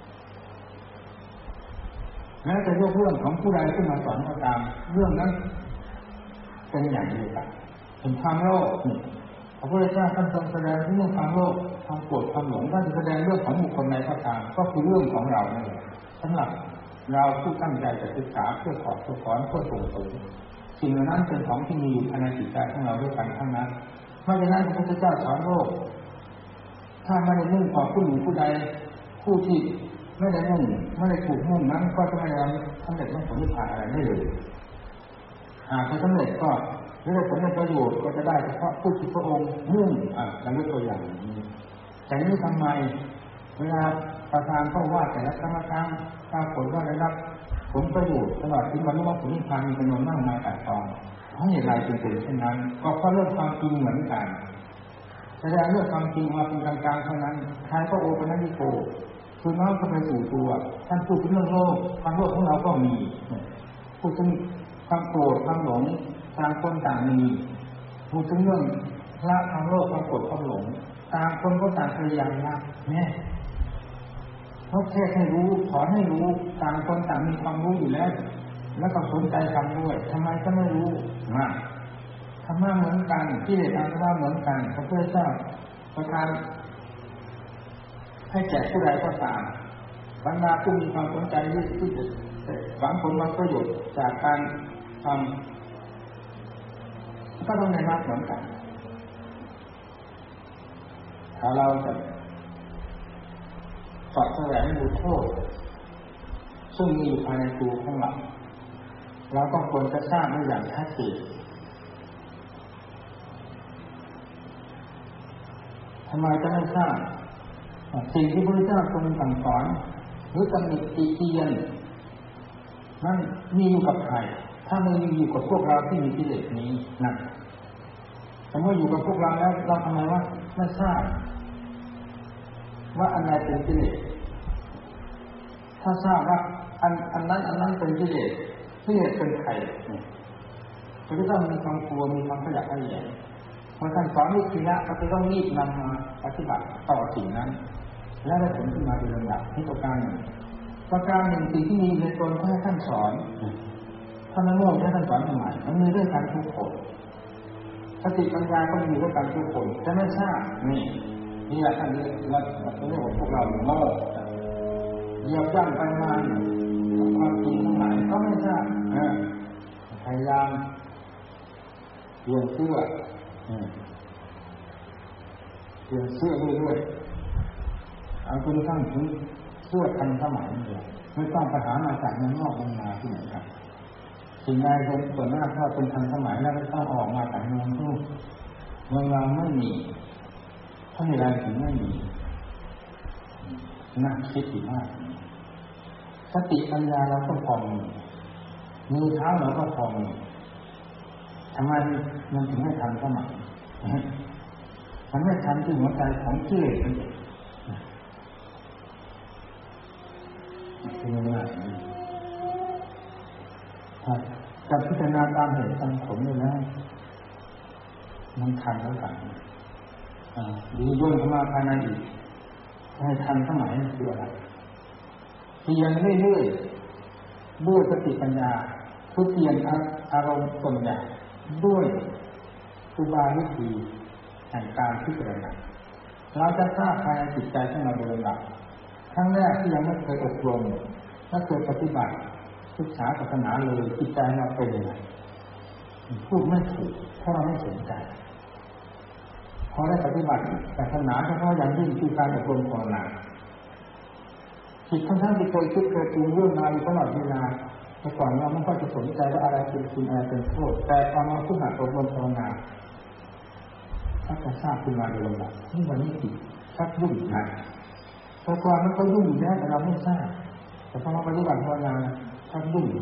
แม้จะยกเรื่องของผู้ใดขึ้นมาสอนก็ตามเรื่องนั้นเป็นอย่างเดียวกันเป็นความโลภนี่พระพุทธเจ้าท่านทรงแสดงเรื่องความโลภความโกรธความหลงท่านแสดงเรื่องของบุคคลใดก็ตามก็คือเรื่องของเรานี่แหละสำหรับเราผู้ตั้งใจจะศึกษาเพื่อขอเพื่อสอนเพื่อส่งเสริมสิ่งเหล่านั้นเป็นของที่มีอยู่ภายในจิตใจของเราด้วยกันทั้งนั้นเพราะฉะนั้นพระพุทธเจ้าสอนโลกถ้าไม่ได้มุ่งต่อผู้หนึ่งผู้ใดผู้ที่ไม่ได้มุ่งไม่ได้ถูกมุ่งนั้นก็จะไม่ได้สำเร็จไม่ผลนิพพานอะไรได้เลยหากจะสำเร็จก็ไม่ได้ผลในประโยชน์ก็จะได้เฉพาะผู้ที่พระองค์มุ่งดังยกตัวอย่างนี้แต่นี้ทำไมเวลาประธานเข้าว่าแต่ละครั้งปรากฏว่าได้รับผลประโยชน์ตลอดถึงบรรลุมรรคผลนิพพานมีจำนวนมากมายหลายกองเพราะเหตุไรจึงเป็นเช่นนั้นก็เพราะเรื่องความจริงเหมือนกันแสดงเรื่องความจริงมาเป็นกลางๆเท่านั้นใครก็โอปนัญญิโกคือน้อมเข้าไปสู่ตัวท่านพูดถึงเรื่องโลกความโลภของเราก็มีพูดถึงความโกรธความหลงต่างคนต่างมีพูดถึงเรื่องละความโลภความโกรธความหลงต่างคนก็ต่างพยายามละเนี่ยเขาแค่ให้รู้สอนให้รู้ต่างคนต่างมีความรู้อยู่แล้วแล้วก็สนใจทำด้วยทำไมก็ไม่รู้ธรรมะเหมือนกันที่เด็ดอาว่าเหมือนกันพระพุทธเจ้าประทานให้แก่ผู้ใดก็ตามบรรดาผู้มีความสนใจที่จะหวังผลประโยชน์จากการทำก็ต้องได้รับเหมือนกันถ้าเราจะสอบแสวงบุญโทษซึ่งมีอยู่ภายในตัวของเราก็ควรจะทราบด้วยอย่างชัดเจนทำไมจะไม่ทราบสิ่งที่พระพุทธเจ้าทรงสั่งสอนหรือตำหนิติเตียนนั่นมีอยู่กับใครถ้าไม่มีอยู่กับพวกเราที่มีกิเลสนี้นั่นแต่เมื่ออยู่กับพวกเราแล้วเราทำไมว่าไม่ทราบว่าอันใดเป็นกิเลสถ้าทราบว่าอันนั้นเป็นกิเลสเป็นใครก็จะต้องมีความกลัวมีความขยันขยันพอท่านสอนวิธีละก็จะต้องรีบนำมาปฏิบัติต่อสิ่งนั้นและได้ผลขึ้นมาเป็นลำดับนี่ประการหนึ่งสิ่งที่มีในตนก็ให้ท่านสอนท่านไม่โง่ให้ท่านสอนทำไมมันมีด้วยกันทุกคนสติปัญญาก็มีด้วยกันทุกคนจะไม่ทราบนี่แหละท่านเรียกว่าพวกเราโง่เหยียบย่ำไปมาความจริงทั้งหลายก็ไม่ทราบพยายามเปลี่ยนเสื้อเรื่อยๆเอาจนกระทั่งถึงเสื้อทันสมัยนี่ไม่ต้องไปหามาจากเมืองนอกเมืองนาที่ไหนกันสิ่งใดส่วนมากถ้าเป็นทันสมัยแล้วไม่ต้องออกมาจากเมืองนู่นเมืองเราไม่มีถ้าในรายถึงไม่มีน่าคิดดีมากสติปัญญาเราก็พอมือเท้าเราก็พอทำไมมันถึงไม่ทันสมัยมันไม่ทันที่หัวใจของกิเลสเป็นยังไงการพิจารณาตามเหตุตามผลเลยนะมันทันแล้วกันดีย่นเข้ามาภายในอีกให้ทันสมัยคืออะไรเปลี่ยนเรื่อยๆด้วยสติปัญญาคือเปลี่ยนอารมณ์ส่วนใหญ่ด้วยอุบายวิธีแห่งการพิจารณาเราจะทราบภายในจิตใจของเราโดยลำดับครั้งแรกที่ยังไม่เคยอบรมไม่เคยปฏิบัติศึกษาศาสนาเลยจิตใจเราเป็นยังไงพูดไม่ถูกเพราะเราไม่สนใจพอได้ปฏิบัติศาสนาเฉพาะอย่างยิ่งคือการอบรมภาวนาจิตทั้งที่เคยคิดเคยปรุงเรื่องมาอยู่ตลอดเวลาแต่ก่อนเราไม่ค่อยจะสนใจว่าอะไรเป็นคุณอะไรเป็นโทษแต่พอมาฝึกหัดอบรมภาวนาถ้าจะทราบขึ้นมาโดยลำดับที่วันนี้จิตชักยุ่งนะแต่ก่อนมันก็ยุ่งอยู่แล้วแต่เราไม่ทราบแต่พอมาปฏิบัติภาวนาชักยุ่ง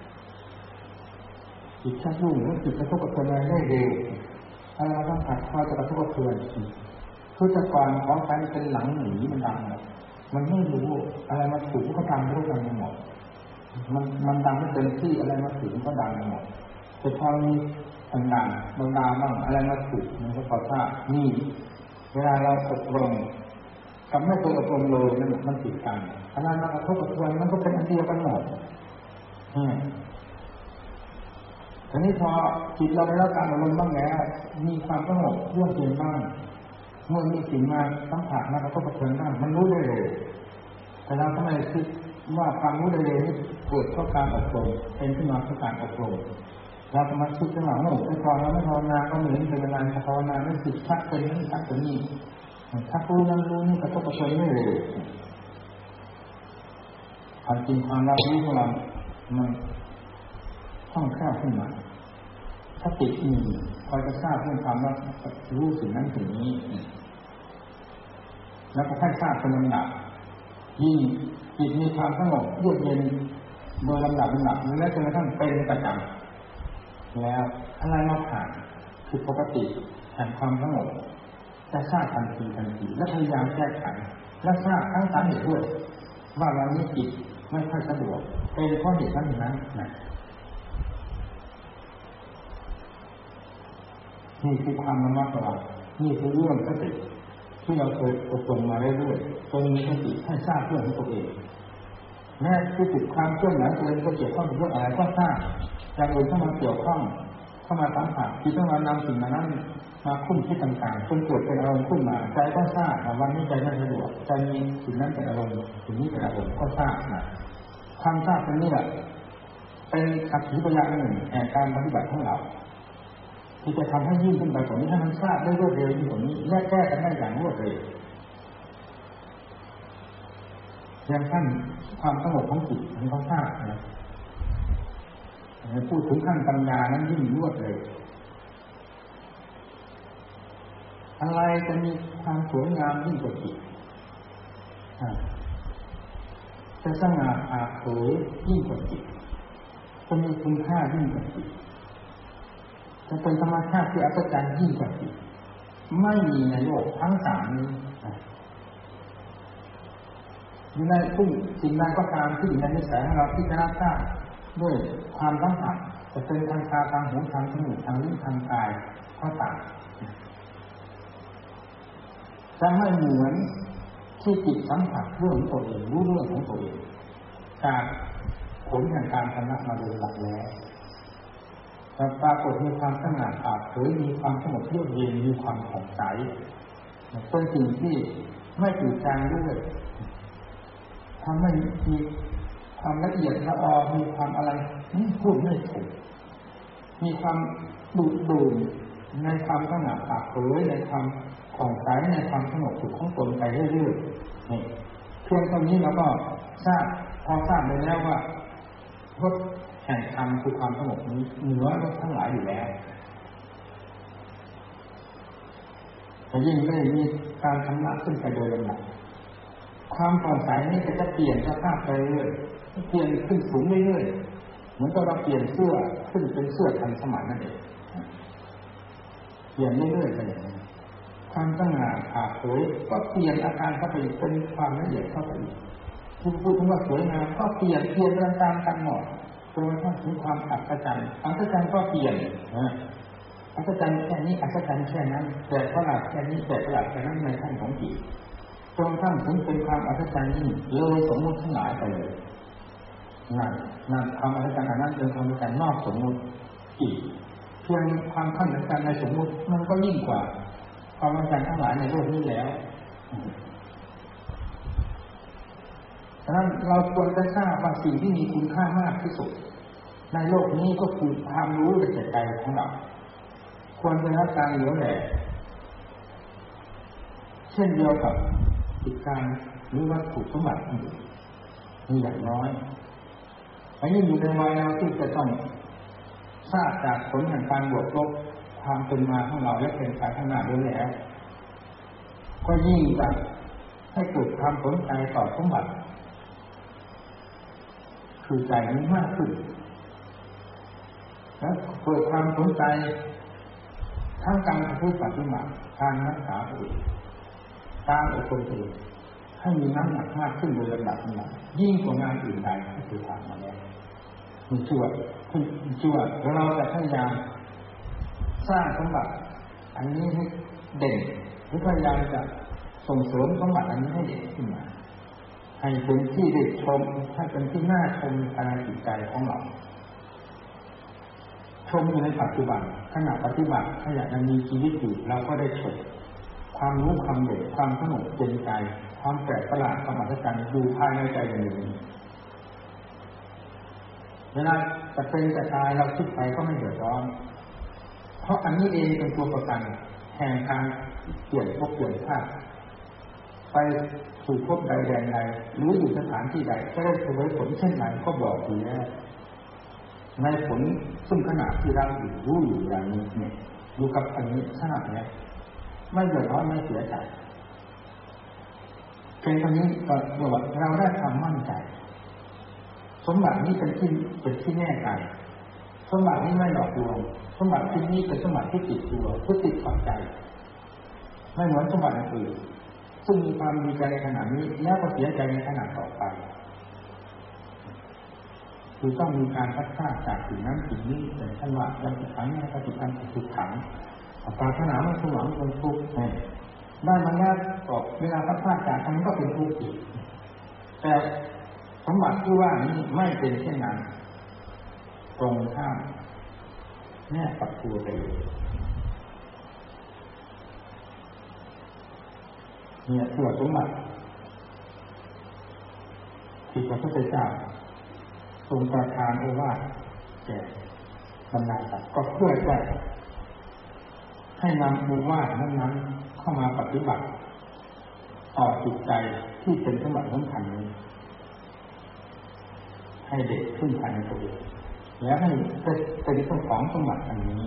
จิตชักยุ่งแล้วจิตกระทบกระเทือนได้เร็วอะไรมาต้องผัดคอยจะกระทบกระเทือนคือแต่ก่อนของการเป็นหลังหนีมันดังมันไม่รู้อะไรมาถูกก็ดังรู้กันหมดมันดังไม่เต็มที่อะไรมาถึงก็ดังหมดแต่พอมีต่างๆบางบ้างอะไรมาถูกมันก็พอทราบนี่เวลาเราอบรมกับไม่เคยอบรมเลยมันติดกันอะไรมากระทบกระเทือนมันก็เป็นอันเดียวกันหมดทีนี้พอจิตเราได้รับการอบรมบ้างแล้วมีความสงบเยือกเย็นบ้างเมื่อมีสิ่งมาสัมผัสมากระทบกระเทือนบ้างมันรู้ได้เลยแต่เราก็ไม่คิดว่าความรู้ได้เลยนี่เกิดเพราะการอบรมเป็นขึ้นมาเพราะการอบรมเราจะมาคิดกันว่าโอ้แต่ก่อนเราไม่ภาวนาก็เหมือนเป็นเวลาภาวนาไม่ติดชักเป็นนี่ชักเป็นนี่ถ้ารู้นั่นรู้นี่กระทบกระเทือนไม่เลยความจริงความรับรู้ของเรามันคล่องแคล่วขึ้นมาถ้าติดมีคอยจะทราบเรื่องความรู้สิ่งนั้นสิ่งนี้แล้วก็ค่อยทราบเป็นลำดับยิ่งจิตมีความสงบเยือกเย็นโดยลำดับและจนกระทั่งเป็นประจำแล้วอะไรมาผ่านคือปกติแห่งความสงบจะทราบทันทีและพยายามแก้ไขและทราบทั้งสาเหตุด้วยว่าวันนี้จิตไม่ค่อยสะดวกเป็นเพราะเหตุนั้นนะนี่คือความระมัดระวังนี่คือเรื่องสติที่เราเคยอบรมมาเรื่อยๆจนมีสติให้ทราบเรื่องของตัวเองแม้ที่ติดความเคลื่อนไหวตัวเองจะเกี่ยวข้องกับเรื่องอะไรก็ทราบอย่างอื่นเข้ามาเกี่ยวข้องเข้ามาสัมผัสที่ต้องนำสิ่งนั้นมาคุ้มคิดต่างๆจนเกิดเป็นอารมณ์ขึ้นมาใจก็ทราบวันนี้ใจไม่สะดวกใจมีสิ่งนั้นเป็นอารมณ์สิ่งนี้เป็นอารมณ์ก็ทราบนะความทราบตรงนี้แหละเป็นอัจฉริยะหนึ่งแห่งการปฏิบัติของเราที่จะทำให้ยิ่งขึ้นไปกว่านี้ให้มันทราบได้รวดเร็วยิ่งกว่านี้และแก้กันได้อย่างรวดเร็วอย่างขั้นความสงบของจิตมันก็ทราบนะพูดถึงขั้นปัญญานั้นยิ่งรวดเร็วอะไรจะมีความสวยงามยิ่งกว่าจิตจะสง่าผ่าเผยยิ่งกว่าจิตจะมีคุณค่ายิ่งกว่าจิตจะเป็นธรรมชาติที่อัศจรรย์ยิ่งกว่าจิตไม่มีในโลกทั้งสามนี้อยู่ในสิ่งใดก็ตามที่อยู่ในนิสัยของเราที่จะรับทราบด้วยความสัมผัสจะเป็นทางตาทางหูทางจมูกทางลิ้นทางกายก็ตามจะไม่เหมือนที่จิตสัมผัสเรื่องของตัวเองรู้เรื่องของตัวเองจากผลแห่งการชำระมาโดยหลักแล้วแต่ปรากฏมีความสง่าผ่าเผยมีความสงบเยือกเย็นมีความผ่องใสเป็นสิ่งที่ไม่จืดจางด้วยทำให้มีความละเอียดละออมีความอะไรพูดไม่ถูกมีความดุดื่นในความสง่าผ่าเผยในความผ่องใสในความสงบสุขของตนไปเรื่อยๆนี่เพียงเท่านี้เราก็ทราบพอทราบไปแล้วว่ารสแห่งธรรมคือความสงบนี้เหนือรสทั้งหลายอยู่แล้วแต่ยิ่งได้มีการชำระขึ้นไปโดยลำดับความผ่องใสนี้จะเปลี่ยนสภาพไปเรื่อยเปลี่ยนขึ้นสูงเรื่อยๆเหมือนกับเราเปลี่ยนเสื้อขึ้นเป็นเสื้อทันสมัยนั่นเองเปลี่ยนเรื่อยๆไปอย่างนี้ความสง่าผ่าเผยก็เปลี่ยนอาการเข้าไปเป็นความละเอียดเข้าไปอีกพูดถึงว่าสวยงามก็เปลี่ยนตามกันหมดจนกระทั่งถึงความอัศจรรย์ก็เปลี่ยนอัศจรรย์แค่นี้อัศจรรย์แค่นั้นแต่ประหลาดแค่นี้แต่ประหลาดแค่นั้นในขั้นของจิตจนทั้งถึงเป็นความอัศจรรย์ยิ่งเลยสมมติทั้งหลายไปเลยนั่นความอัศจรรย์นั้นเป็นความอัศจรรย์นอกสมมติอีกเพียงความขั้นอัศจรรย์ในสมมติมันก็ยิ่งกว่าความอัศจรรย์ทั้งหลายในโลกนี้แล้วฉะนั้นเราควรจะทราบว่าสิ่งที่มีคุณค่ามากที่สุดในโลกนี้ก็คือความรู้ในใจของเราควรจะรับการเหลียวแลเช่นเดียวกับกิจการหรือวัตถุสมบัติอื่นมีอย่างน้อยอันนี้อยู่ในวัยเราที่จะต้องทราบจากผลแห่งการบวกลบความเป็นมาของเราและเป็นไปข้างหน้าด้วยแล้วก็ยิ่งจะให้เกิดความสนใจต่อสมบัติคือใจนี้มากขึ้นและเกิดความสนใจทั้งการพูดปฏิบัติการรักษาตัวเองการอบรมตัวเองให้มีน้ำหนักมากขึ้นโดยลำดับนี้ยิ่งกว่างานอื่นใดที่เคยทำมาแล้วมีชั่วเราจะพยายามสร้างสมบัติอันนี้ให้เด่นหรือพยายามจะส่งเสริมสมบัติอันนี้ให้เด่นขึ้นมาให้เป็นที่ได้ชมให้เป็นที่น่าชมภายในจิตใจของเราชมอยู่ในปัจจุบันขณะปฏิบัติขณะยังมีชีวิตอยู่เราก็ได้ชมความรู้ความเด่นความสนุกเย็นใจความแปลกประหลาดความอัศจรรย์อยู่ภายในใจอย่างนี้เวลาจะเป็นจะตายเราคิดไปก็ไม่เดือดร้อนเพราะอันนี้เองเป็นตัวประกันแห่งการเปลี่ยนภพเปลี่ยนชาติไปสู่ภพใดแดนใดหรืออยู่สถานที่ใดก็ได้เสวยผลเช่นไรก็บอกอยู่แล้วในผลซึ่งขณะที่เราอยู่รู้อยู่อย่างนี้เนี่ยอยู่กับอันนี้ชาติเนี่ยไม่เดือดร้อนไม่เสียใจเป็นตรงนี้ก็เรียกว่าเราได้ความมั่นใจสมบัตินี้เป็นที่แน่ใจสมบัตินี้ไม่หลอกลวงสมบัติที่นี้เป็นสมบัติที่ติดตัวที่ติดฝังใจไม่เหมือนสมบัติอื่นซึ่งมีความดีใจในขณะนี้แล้วก็เสียใจในขณะต่อไปคือต้องมีการพัฒนาจากสิ่งนั้นสิ่งนี้แต่ท่านว่ายังติดขังยังติดขังติดขังปรารถนาไม่สมหวังเป็นทุกข์ได้มาแล้วก็เวลาพัฒนาจากนั้นก็เป็นทุกข์อีกแต่สมบัติที่ว่านี้ไม่เป็นเช่นนั้นตรงข้ามแน่กับตัวไปเนี่ยตัวสมบัติที่พระพุทธเจ้าทรงประทานโอวาทแก่บรรดาสัตว์ก็เพื่อจะให้นำโอวาทนั้นๆเข้ามาปฏิบัติต่อจิตใจที่เป็นสมบัติสำคัญนี้ให้เด็กขึ้นภายในตัวเองแล้วให้เป็นเจ้าของสมบัติอันนี้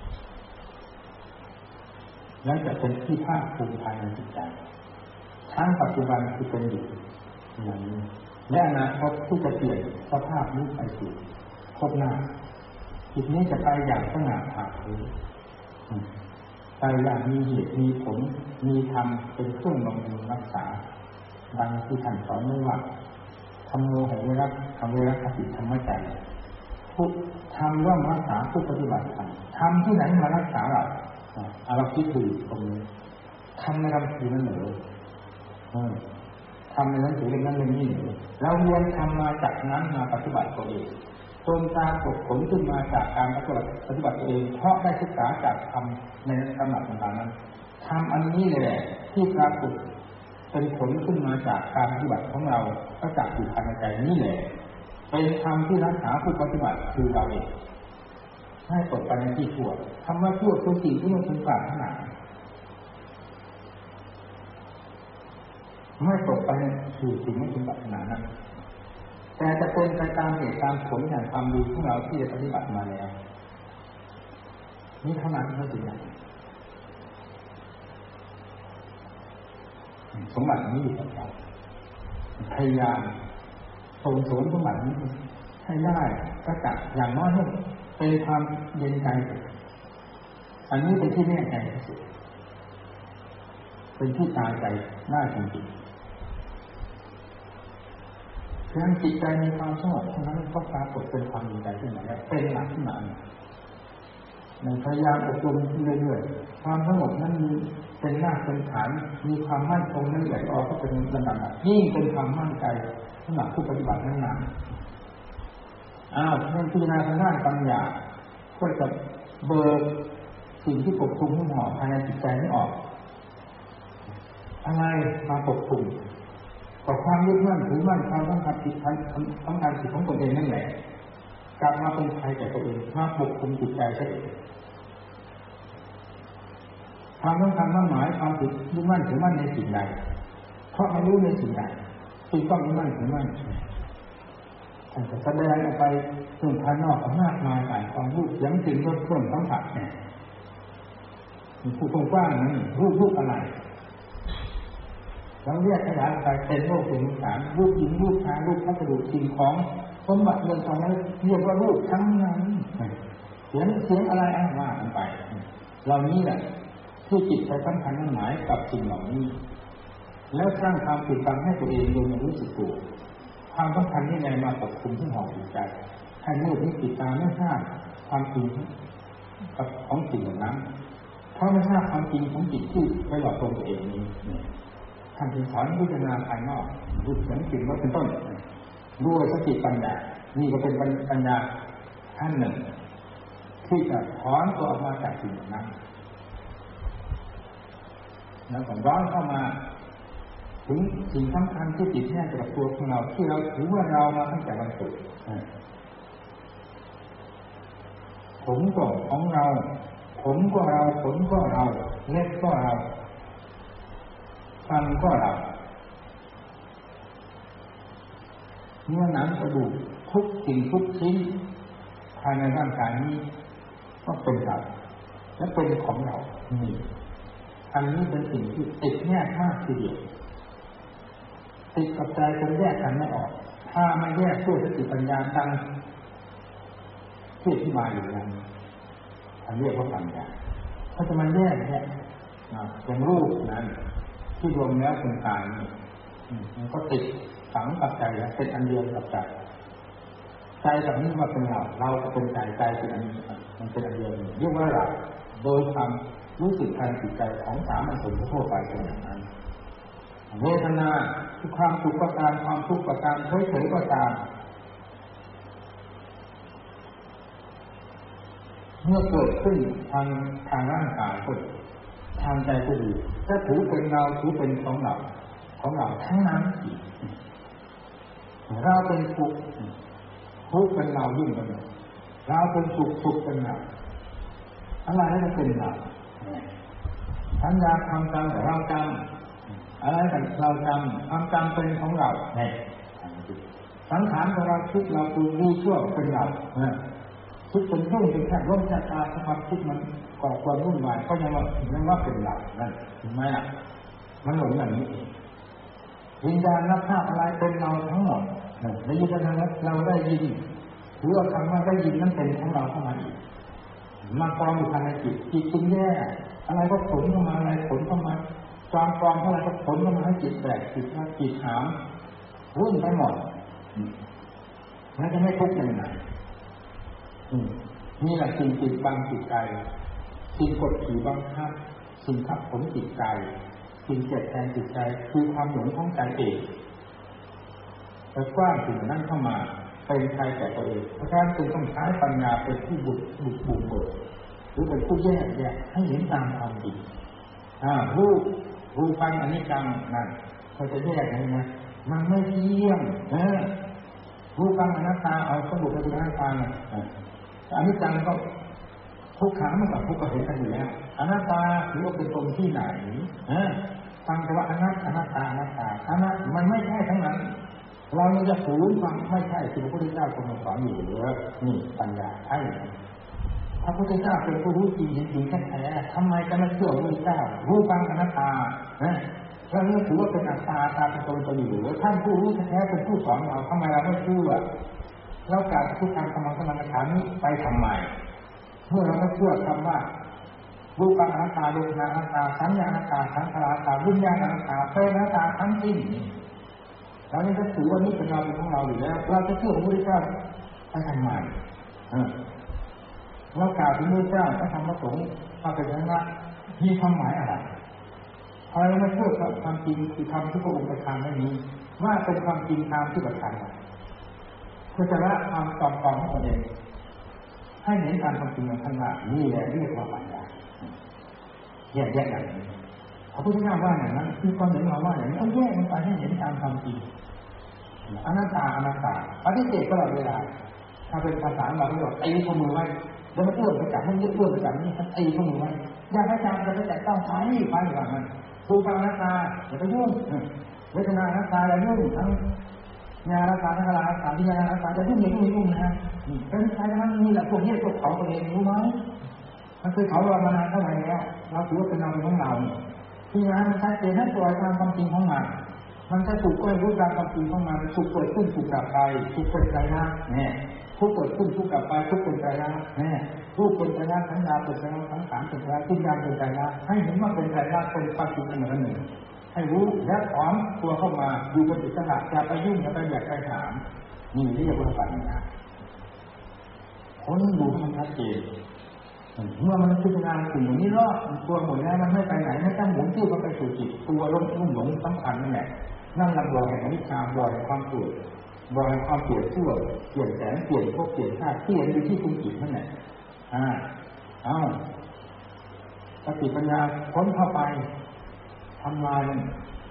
แล้วจะเป็นที่ภาคภูมิภายในจิตใจทั้งปัจจุบันที่เป็นอยู่อย่างนี้และอนาคตที่จะเปลี่ยนสภาพนี้ไปสู่ภพหน้าจิตนี้จะไปอย่างสง่าผ่าเผยไปอย่างมีเหตุมีผลมีธรรมเป็นเครื่องบำรุงรักษาดังที่ท่านสอนไว้ว่าธรรมโมหะเวรักธรรมเวรักขติธรรมใจผู้ทำร่วมรักษาผู้ปฏิบัติธรรมทำที่ไหนมารักษาเราคิดดูตรงนี้ทำในคำพีนั่นเหรอทำในหนังสือเล่มนั้นเล่มนี้เราเรียนทำมาจากนั้นมาปฏิบัติตัวเองจนตามผลขึ้นมาจากการปฏิบัติตัวเองเพราะได้ศึกษาจากธรรมในตำหนักต่างๆนั้นธรรมอันนี้เลยแหละที่ปรากฏเป็นผลขึ้นมาจากการปฏิบัติของเราก็จากอยู่ภายในใจนี่แหละเป็นธรรมที่รักษาผู้ปฏิบัติคือเราเองให้ตกไปในที่ชั่วคำว่าชั่วคือสิ่งที่ไม่พึงปรารถนาไม่ตกไปสู่สิ่งไม่พึงปรารถนานั้นแต่จะเป็นไปตามเหตุตามผลอย่างความดีของเราที่ได้ปฏิบัติมาแล้วนี่เท่านั้นเท่านั้นสมบัตินี้อยู่กับเราพยายามส่งเสริมสมบัตินี้ให้ได้ก็จัดอย่างน้อยให้เป็นความเย็นใจอันนี้เป็นที่แน่ใจที่สุดเป็นที่ตายใจได้จริงๆเพียงจิตใจมีความสงบเท่านั้นก็ปรากฏเป็นความดีใจขึ้นมาแล้วเป็นหลักขึ้นมาในพยายามอบรมขึ้นเรื่อยๆความสงบนั้นมีเป็นรากเป็นฐานมีความมั่นคงนั้นใหญ่ออกก็เป็นระดับยิ่งเป็นความมั่นใจสำหรับผู้ปฏิบัตินั้นเมื่อพิจารณาทางด้านปัญญาก็จะเบิกสิ่งที่ปกคลุมหุ้มห่อภายในจิตใจนี้ออกอะไรมาปกคลุมกับความยึดมั่นถือมั่นความต้องการจิตต้องการจิตของตนเองนั่นแหละกลับมาเป็นภัยแก่ตัวเองมาปกคลุมจิตใจซะเองความต้องการมั่นหมายความยึดมั่นถือมั่นในสิ่งใดเพราะไม่รู้ในสิ่งใดจึงต้องยึดมั่นถือมั่นแต่แสดงออกไปถึงภายนอกมากมายหลายความรูปเสียงกลิ่นรสเครื่องสัมผัสเนี่ยผู้กว้างๆนั้นรูปอะไรเราเรียกขยายไปเป็นโลกเป็นสารรูปหญิงรูปชายรูปพัสดุสิ่งของสมบัติเงินทองนั้นเรียกว่ารูปทั้งนั้นเสียงอะไรว่ากันไปเหล่านี้แหละที่จิตไปสำคัญมั่นหมายกับสิ่งเหล่านี้แล้วสร้างความผิดบังให้ตัวเองโดยไม่รู้สึกตัวความสำคัญนี่ไงมาปกคลุมที่ห่อจิตใจให้มืดมิดติดตาไม่ทราบความจริงของสิ่งเหล่านั้นเพราะไม่ทราบความจริงของจิตที่ไปหลอกตัวเองนี้ท่านจึงสอนพิจารณาภายนอกรูปเสียงกลิ่นรสเป็นต้นด้วยสติปัญญานี่ก็เป็นปัญญาขั้นหนึ่งที่จะถอนตัวออกมาจากสิ่งเหล่านั้นแล้วก็ย้อนเข้ามาถึงสิ่งสำคัญที่ติดแน่กับตัวของเราที่เราถือว่าเรามาตั้งแต่วันเกิดผมก็ของเราผมก็เราขนก็เราเล็บก็เราฟันก็เราเนื้อหนังกระดูกทุกสิ่งทุกชิ้นภายในร่างกายนี้ก็เป็นเราและเป็นของเรานี่อันนี้เป็นสิ่งที่ติดแน่มากทีเดียวติดกับใจจนแยกกันไม่ออกถ้าไม่แยกด้วยสติปัญญาดังที่อธิบายอยู่นั้นอันเรียกว่าปัญญาถ้าจะมาแยกเนี่ยอย่างรูปนั้นที่รวมแล้วเป็นกายนี่มันก็ติดฝังกับใจแล้วเป็นอันเดียวกับใจใจแบบนี้ว่าเป็นเราก็เป็นใจเป็นอันนี้มันเป็นอันเดียวเรียกว่าเราโดยความรู้สึกทางจิตใจของสามัญชนทั่วไปเป็นอย่างนั้นเวทนาคือความสุขประการความทุกข์ประการเฉยๆก็ตามเมื่อเกิดขึ้นทางร่างกายก็ทางใจก็ดีถ้าถือเป็นเราถือเป็นของเราทั้งนั้นอีกเราเป็นทุกข์เป็นเรายิ่งกว่าเราเป็นสุขเป็นเราอะไรก็เป็นเราสัญญาความจำแต่เราจำอะไรแต่เราจำความจำเป็นของเราสังขารของเราคิดเราปรุงดีชั่วเป็นเราคิดเป็นรุ่งเป็นแค่ร่มชะตาความคิดมันก่อความวุ่นวายก็ยังว่าเป็นเรานั่นเห็นไหมล่ะมันหลงอย่างนี้เองวิญญาณรับภาพอะไรเป็นเราทั้งหมดในยุคนั้นเราได้ยินถือว่าคำว่าได้ยินนั้นเป็นของเราเข้ามาอีกมากองอยู่ภายในจิตจริงแย่อะไรก็ผลเข้ามาอะไรผลเข้ามาความกองอะไรก็ผลเข้ามาให้จิตแตกจิตหามรุ่นไปหมดแล้วจะไม่ทุกข์ยังไงนี่แหละสิ่งติดบังจิตใจสิ่งกดขี่บังคับสิ่งขับผมจิตใจสิ่งเจ็บแทนจิตใจคือความหลงของใจเองแต่กว้างสิ่งนั้นเข้ามาเป็นใครแต่ตัวเองเพราะฉะนั้นจึงต้องใช้ปัญญาเป็นผู้บุกเบิกหรือเป็นผู้แยกให้เห็นตามความจริงรูปังอนิจจังนั่นเขาจะแยกยังไงมันไม่เที่ยงรูปังอนัตตาเอาสมุทัยเป็นอนัตตาอนิจจังก็ทุกขังมันกับทุกข์ก็เห็นกันอยู่แล้วอนัตตาถือว่าเป็นตรงที่ไหนฟังแต่ว่าอนัตตาอนัตตมันไม่ใช่ทั้งนั้นเราจะฝืนฟังไม่ใช่ที่พระพุทธเจ้าทรงสอนอยู่หรือนี่ปัญญาใช่พระพุทธเจ้าเป็นผู้รู้จริงเห็นจริงแท้ๆทำไมจะไม่เชื่อพระพุทธเจ้ารู้ฟังอนัตตาเราเนี่ยถือว่าเป็นอัตตาตาเป็นตนอยู่หรือท่านผู้รู้แท้ๆเป็นผู้สอนเราทำไมเราไม่เชื่อเรากล่าวทุกการกำลังสมานฉันท์นี้ไปทำไมเมื่อเราไม่เชื่อคำว่ารูปังอนัตตาเวทนาอนัตตาสัญญาอนัตตาสังขารอนัตตาวิญญาณอนัตตาเป็นอนัตตาทั้งสิ้นเราเนี่ยจะถือว่านี่เป็นเราเป็นของเราอยู่แล้วเราจะเชื่อพระพุทธเจ้าไปทำไมเรากล่าวถึงพระพุทธเจ้าพระธรรมพระสงฆ์มาเป็นอย่างนั้นมีความหมายอะไรเราไม่เชื่อความจริงคือธรรมที่พระองค์ประทานไม่มีว่าเป็นความจริงตามที่ประทานเพื่อจะละความปลอมของตัวเองให้เห็นการความจริงของท่านว่านี่แหละเรียกว่าปัญญาแยกอย่างนี้พระพุทธเจ้าว่าอย่างนั้นคือความเห็นเราว่าอย่างนี้เอาแยกมันไปให้เห็นตามความจริงอนัตตาปฏิเสธตลอดเวลาถ้าเป็นภาษาเราก็บอกตีข้อมือไว้แล้วมันเอื้อมไปจับมันเอื้อมไปจับนี่ตีข้อมือไว้อย่าไปจับอย่าไปแตะต้องไปอย่างนั้นรูปอนัตตาอย่าไปยุ่งเวทนาอนัตตาอย่ายุ่งทั้งงานรักษาทั้งหลายรักษาที่งานรักษาจะยุ่งนะนี่เป็นใครนั้นนี่แหละพวกนี้พวกเขาตัวเองรู้ไหมมันคือเขาเรามานานเท่าไหร่แล้วเราถือว่าเป็นเราของเราที่งานมันชัดเจนให้ปล่อยตามความจริงของมันจะถูกก็รู้ตามความจริงของมันถูกเกิดขึ้นถูกดับไปถูกเป็นใจรักเนี่ยทุกเกิดขึ้นทุกดับไปทุกเป็นใจรักเนี่ยรูปเป็นใจรักสัญญาเป็นใจรักสังขารเป็นใจรักวิญญาณเป็นใจรักให้เห็นว่าเป็นใจรักเป็นความจริงอันหนึ่งให้รู้และถอนตัวเข้ามาอยู่เป็นอิสระอย่าไปยุ่งอย่าไปอยากไปถามนี่เรียกว่าปัญญาคนดูมันชัดเจนเมื่อมันพิจารณาสิ่งอย่างนี้รอดตัวหมุนแล้วมันไม่ไปไหนไม่ต้องหมุนติ้วไปสู่จิตตัวลุ่มหลงสำคัญนั่นแหละนั่นลำบากแห่งวิชาบ่อยความปวดบ่อยความปวดชั่วเปลี่ยนแสงเปลี่ยนพวกเปลี่ยนธาตุเปลี่ยนอยู่ที่คุณจิตนั่นแหละสติปัญญาพ้นเข้าไปทำลายมัน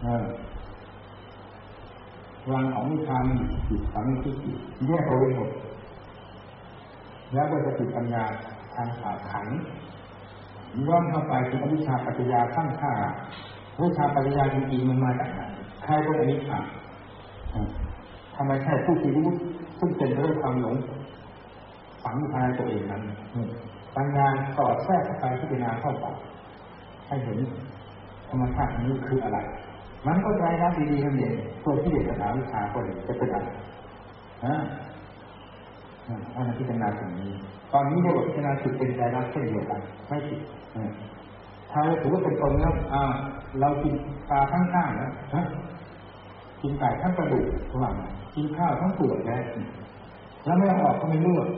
วางของวิชามันจิตฝังที่จิตแยกเอาไว้หมดแล้วด้วยสติปัญญาทางขาขันย้อนเข้าไปถึงอวิชชาปัจจยาตั้งค่าวิชาปัจจยาจริงๆมันมาจากไหนใครเป็นอวิชชาทำไมใช่ผู้ที่รู้ซึ่งเป็นเรื่องความหลงฝังอยู่ภายในตัวเองนั้นปัญญาสอดแทรกเข้าไปพิจารณาเข้าไปให้เห็นธรรมชาตินี้คืออะไรมันก็ใจรักดีๆนั่นเองตัวที่เด็กภาษาวิชาคนจะเป็นอะไรอันนั้นพิจารณาสิ่งนี้ตอนนี้เรียกว่าพิจารณาจิตเป็นใจรักเช่นเดียวกันไม่ผิดถ้าเราถือว่าเป็นตนแล้วเรากินปลาทั้งข้างแล้วกินไก่ทั้งกระดูกระหว่างกินข้าวทั้งเปลือกแล้วไม่ออกก็ไม่เลือก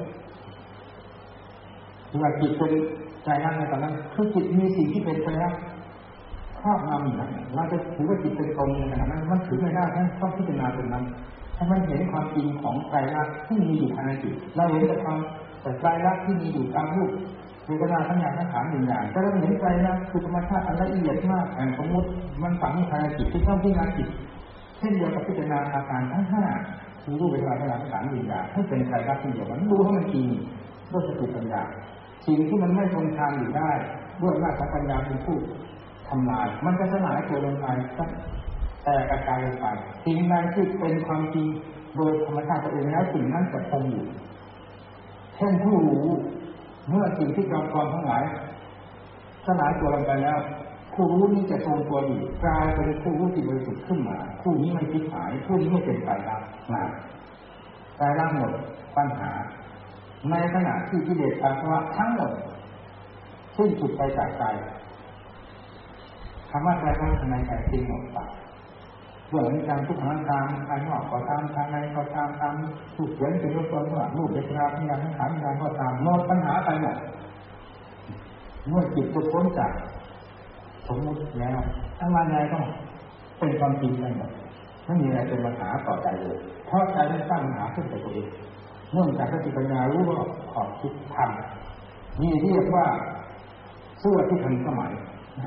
คือว่าจิตเป็นใจรักในตอนนั้นคือจิตมีสิ่งที่เป็นใจรักครอบงำอยู่นั้นเราจะถือว่าจิตเป็นตนในขณะนั้นมันถือไม่ได้ต้องพิจารณาตรงนั้นถ้ามันเห็นความจริงของไตรลักษณ์ที่มีอยู่ภายในจิตเราเห็นแต่ไตรลักษณ์ที่มีอยู่ตามรูปเวทนาสัญญาสังขารวิญญาณแต่เราเห็นไตรลักษณ์คือธรรมชาติอันละเอียดมากแห่งสมมติมันฝังอยู่ภายในจิตที่ต้องพิจารณาจิตเช่นเดียวกับพิจารณาอาการทั้งห้าคือรูปเวทนาสัญญาสังขารวิญญาณให้เป็นไตรลักษณ์ที่เดียวกันดูให้มันจริงด้วยสติปัญญาสิ่งที่มันไม่ทนทานอยู่ได้ด้วยอำนาจของปัญญาเป็นผู้ทำลายมันจะสลายตัวลงไปแต่กระจายลงไปสิ่งใดที่เป็นความจริงโดยธรรมชาติตัวเองแล้วสิ่งนั้นจะคงอยู่เช่นผู้รู้เมื่อสิ่งที่จอมปลอมทั้งหลายสลายตัวลงไปแล้วผู้รู้นี้จะทรงตัวอยู่กลายเป็นผู้รู้ที่บริสุทธิ์ขึ้นมาผู้นี้ไม่คิดหายผู้นี้ไม่เป็นไตรลักษณ์ไตรลักษณ์หมดปัญหาในขณะที่กิเลสอาสวะทั้งหมดสิ้นสุดไปจากใจคำว่าไตรลักษณ์ในใจจริงหมดไปเรื่องนี้การทุกข์ทางภายนอกก็ตามภายในก็ตามถูกเขียนเป็นตัวตนว่ารูปเวทนาสัญญาสังขารวิญญาณก็ตามหมดปัญหาไปหมดเมื่อจิตจะพ้นจากสมมติแล้วทั้งหลายต้องเป็นความจริงไปหมดไม่มีอะไรเป็นปัญหาต่อใจเลยเพราะใจนั้นสร้างปัญหาขึ้นกับตัวเองเนื่องจากสติปัญญารู้ว่าขอบคิดทำนี่เรียกว่าสู้ที่ทันสมัย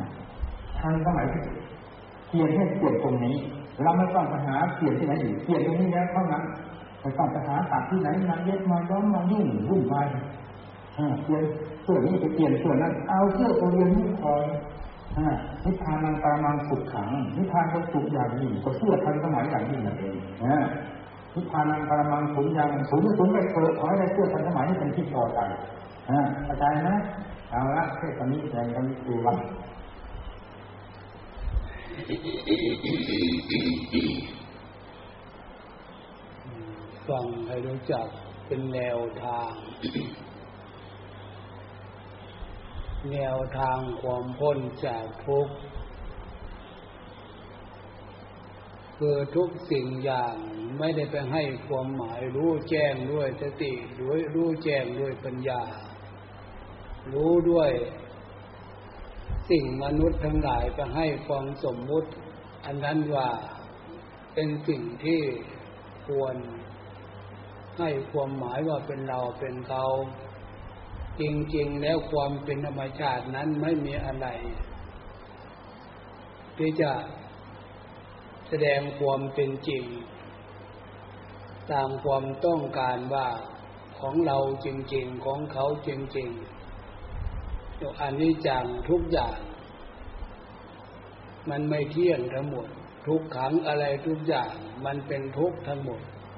เปลี่ยนให้เปลี่ยนตรงนี้เราไม่ต้องปัญหาเปลี่ยนที่ไหนอีกเปลี่ยนตรงนี้แล้วเท่านั้นไม่ต้องปัญหาตัดที่ไหนมาเย็บมาย้อมมายุ่งวุ่นวายเปลี่ยนส่วนนี้ไปเปลี่ยนส่วนนั้นเอาเสื้อตัวเรียนนี่คอยนิพพานังปรมังสุขขังนิพพานก็สุขอย่างยิ่งก็เสื้อทันสมัยอย่างยิ่งนั่นเองนิพพานังปรมังสุขอย่างสูงไปเกิดขอให้ได้เสื้อทันสมัยที่เป็นที่พอใจเข้าใจไหมเอาละแค่ตอนนี้แรงกันดูว่าฟังให้รู้จักเป็นแนวทางความพ้นจากทุกข์คือทุกสิ่งอย่างไม่ได้ไปให้ความหมายรู้แจ้งด้วยสติด้วยรู้แจ้งด้วยปัญญารู้ด้วยสิ่งมนุษย์ทั้งหลายไปให้ความสมมุติอันนั้นว่าเป็นสิ่งที่ควรให้ความหมายว่าเป็นเราเป็นเขาจริงๆแล้วความเป็นธรรมชาตินั้นไม่มีอะไรที่จะแสดงความเป็นจริงตามความต้องการว่าของเราจริงๆของเขาจริงๆอันนี้จังทุกอย่างมันไม่เที่ยงทั้งหมดทุกขังอะไรทุกอย่างมันเป็นทุกข์ทั้งหมด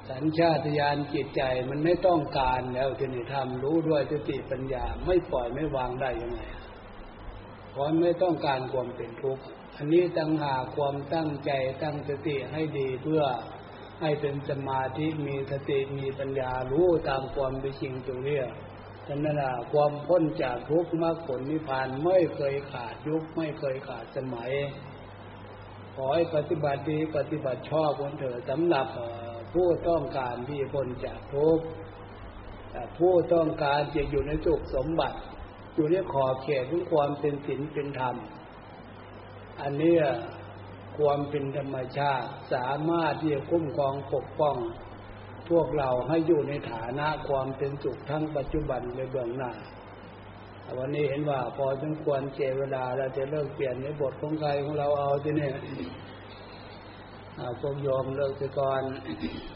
สัญชาตญาณจิตใจมันไม่ต้องการแล้วที่นี่ทำรู้ด้วยสติปัญญาไม่ปล่อยไม่วางได้ยังไงเพราะไม่ต้องการความเป็นทุกข์อันนี้ตั้งหากความตั้งใจตั้งสติให้ดีเพื่อให้เป็นสมาธิมีสติมีปัญญารู้ตามความเป็นจริงตรงนี้ฉะนั้นความพ้นจากทุกข์มรรคผลนิพพานไม่เคยขาดยุคไม่เคยขาดสมัยขอให้ปฏิบัติดีปฏิบัติชอบคนเถิดสำหรับผู้ต้องการที่พ้นจากทุกข์ผู้ต้องการจะอยู่ในสุขสมบัติอยู่ในขอบเขตของความเป็นศีลเป็นธรรมอันนี้ความเป็นธรรมชาติสามารถที่จะคุ้มครองปกป้องพวกเราให้อยู่ในฐานะความเป็นสุขทั้งปัจจุบันและเบื้องหน้าวันนี้เห็นว่าพอสมควรเจเวลาเราจะเลิกเปลี่ยนในบทของใครของเราเอาที่นี่พวกโยมเลิกไปก่อน